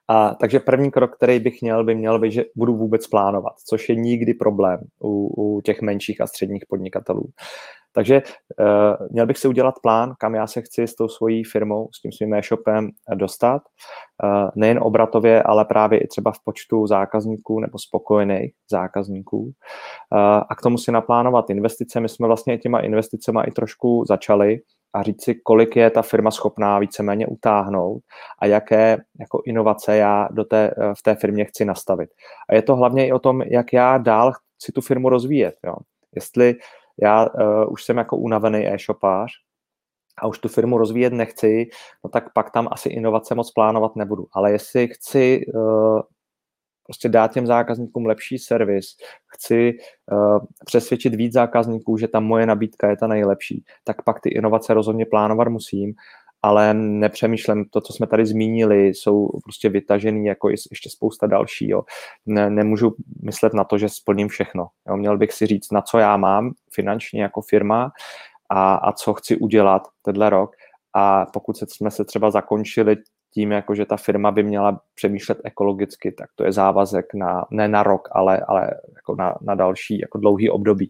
Takže první krok, který bych měl, by měl být, že budu vůbec plánovat, což je nikdy problém u těch menších a středních podnikatelů. Takže měl bych si udělat plán, kam já se chci s tou svojí firmou, s tím svým e-shopem dostat. Nejen obratově, ale právě i třeba v počtu zákazníků nebo spokojených zákazníků. A k tomu si naplánovat investice. My jsme vlastně těma investicema i trošku začali a říct si, kolik je ta firma schopná víceméně utáhnout a jaké jako inovace já v té firmě chci nastavit. A je to hlavně i o tom, jak já dál chci tu firmu rozvíjet. Jo. Jestli já už jsem jako unavený e-shopář a už tu firmu rozvíjet nechci, no tak pak tam asi inovace moc plánovat nebudu. Ale jestli chci prostě dát těm zákazníkům lepší servis, chci přesvědčit víc zákazníků, že ta moje nabídka je ta nejlepší, tak pak ty inovace rozhodně plánovat musím, ale nepřemýšlím, to, co jsme tady zmínili, jsou prostě vytažený jako ještě spousta dalšího. Nemůžu myslet na to, že splním všechno. Jo, měl bych si říct, na co já mám finančně jako firma a co chci udělat tenhle rok. A pokud jsme se třeba zakončili tím, jako že ta firma by měla přemýšlet ekologicky, tak to je závazek ne na rok, ale jako na další jako dlouhý období.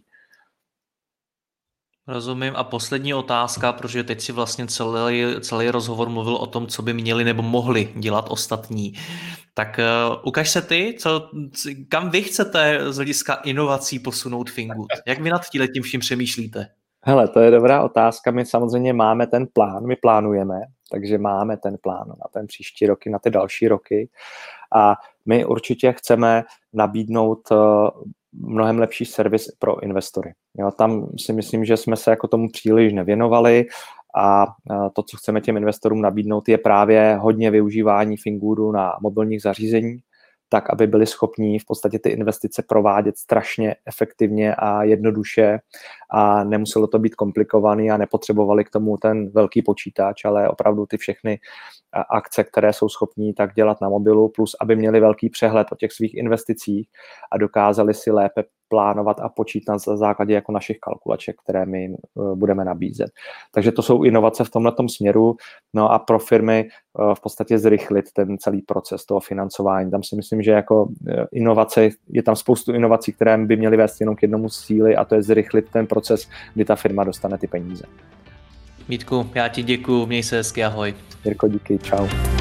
Rozumím. A poslední otázka, protože teď si vlastně celý rozhovor mluvil o tom, co by měli nebo mohli dělat ostatní. Tak ukaž se ty, kam vy chcete z hlediska inovací posunout Fingood? Jak vy nad tím vším přemýšlíte? Hele, to je dobrá otázka. My samozřejmě máme ten plán, my plánujeme, takže máme ten plán na ten příští roky, na ty další roky. A my určitě chceme nabídnout mnohem lepší servis pro investory. Jo, tam si myslím, že jsme se jako tomu příliš nevěnovali a to, co chceme těm investorům nabídnout, je právě hodně využívání Fingoodu na mobilních zařízení, tak, aby byli schopní v podstatě ty investice provádět strašně efektivně a jednoduše a nemuselo to být komplikovaný a nepotřebovali k tomu ten velký počítač, ale opravdu ty všechny akce, které jsou schopní tak dělat na mobilu, plus aby měli velký přehled o těch svých investicích a dokázali si lépe plánovat a počítat na základě jako našich kalkulaček, které my jim budeme nabízet. Takže to jsou inovace v tomhletom směru. No a pro firmy v podstatě zrychlit ten celý proces toho financování. Tam si myslím, že jako inovace, je tam spoustu inovací, které by měly vést jenom k jednomu cíli a to je zrychlit ten proces, kdy ta firma dostane ty peníze. Vítku, já ti děkuju, měj se hezky, ahoj. Jirko, díky, čau.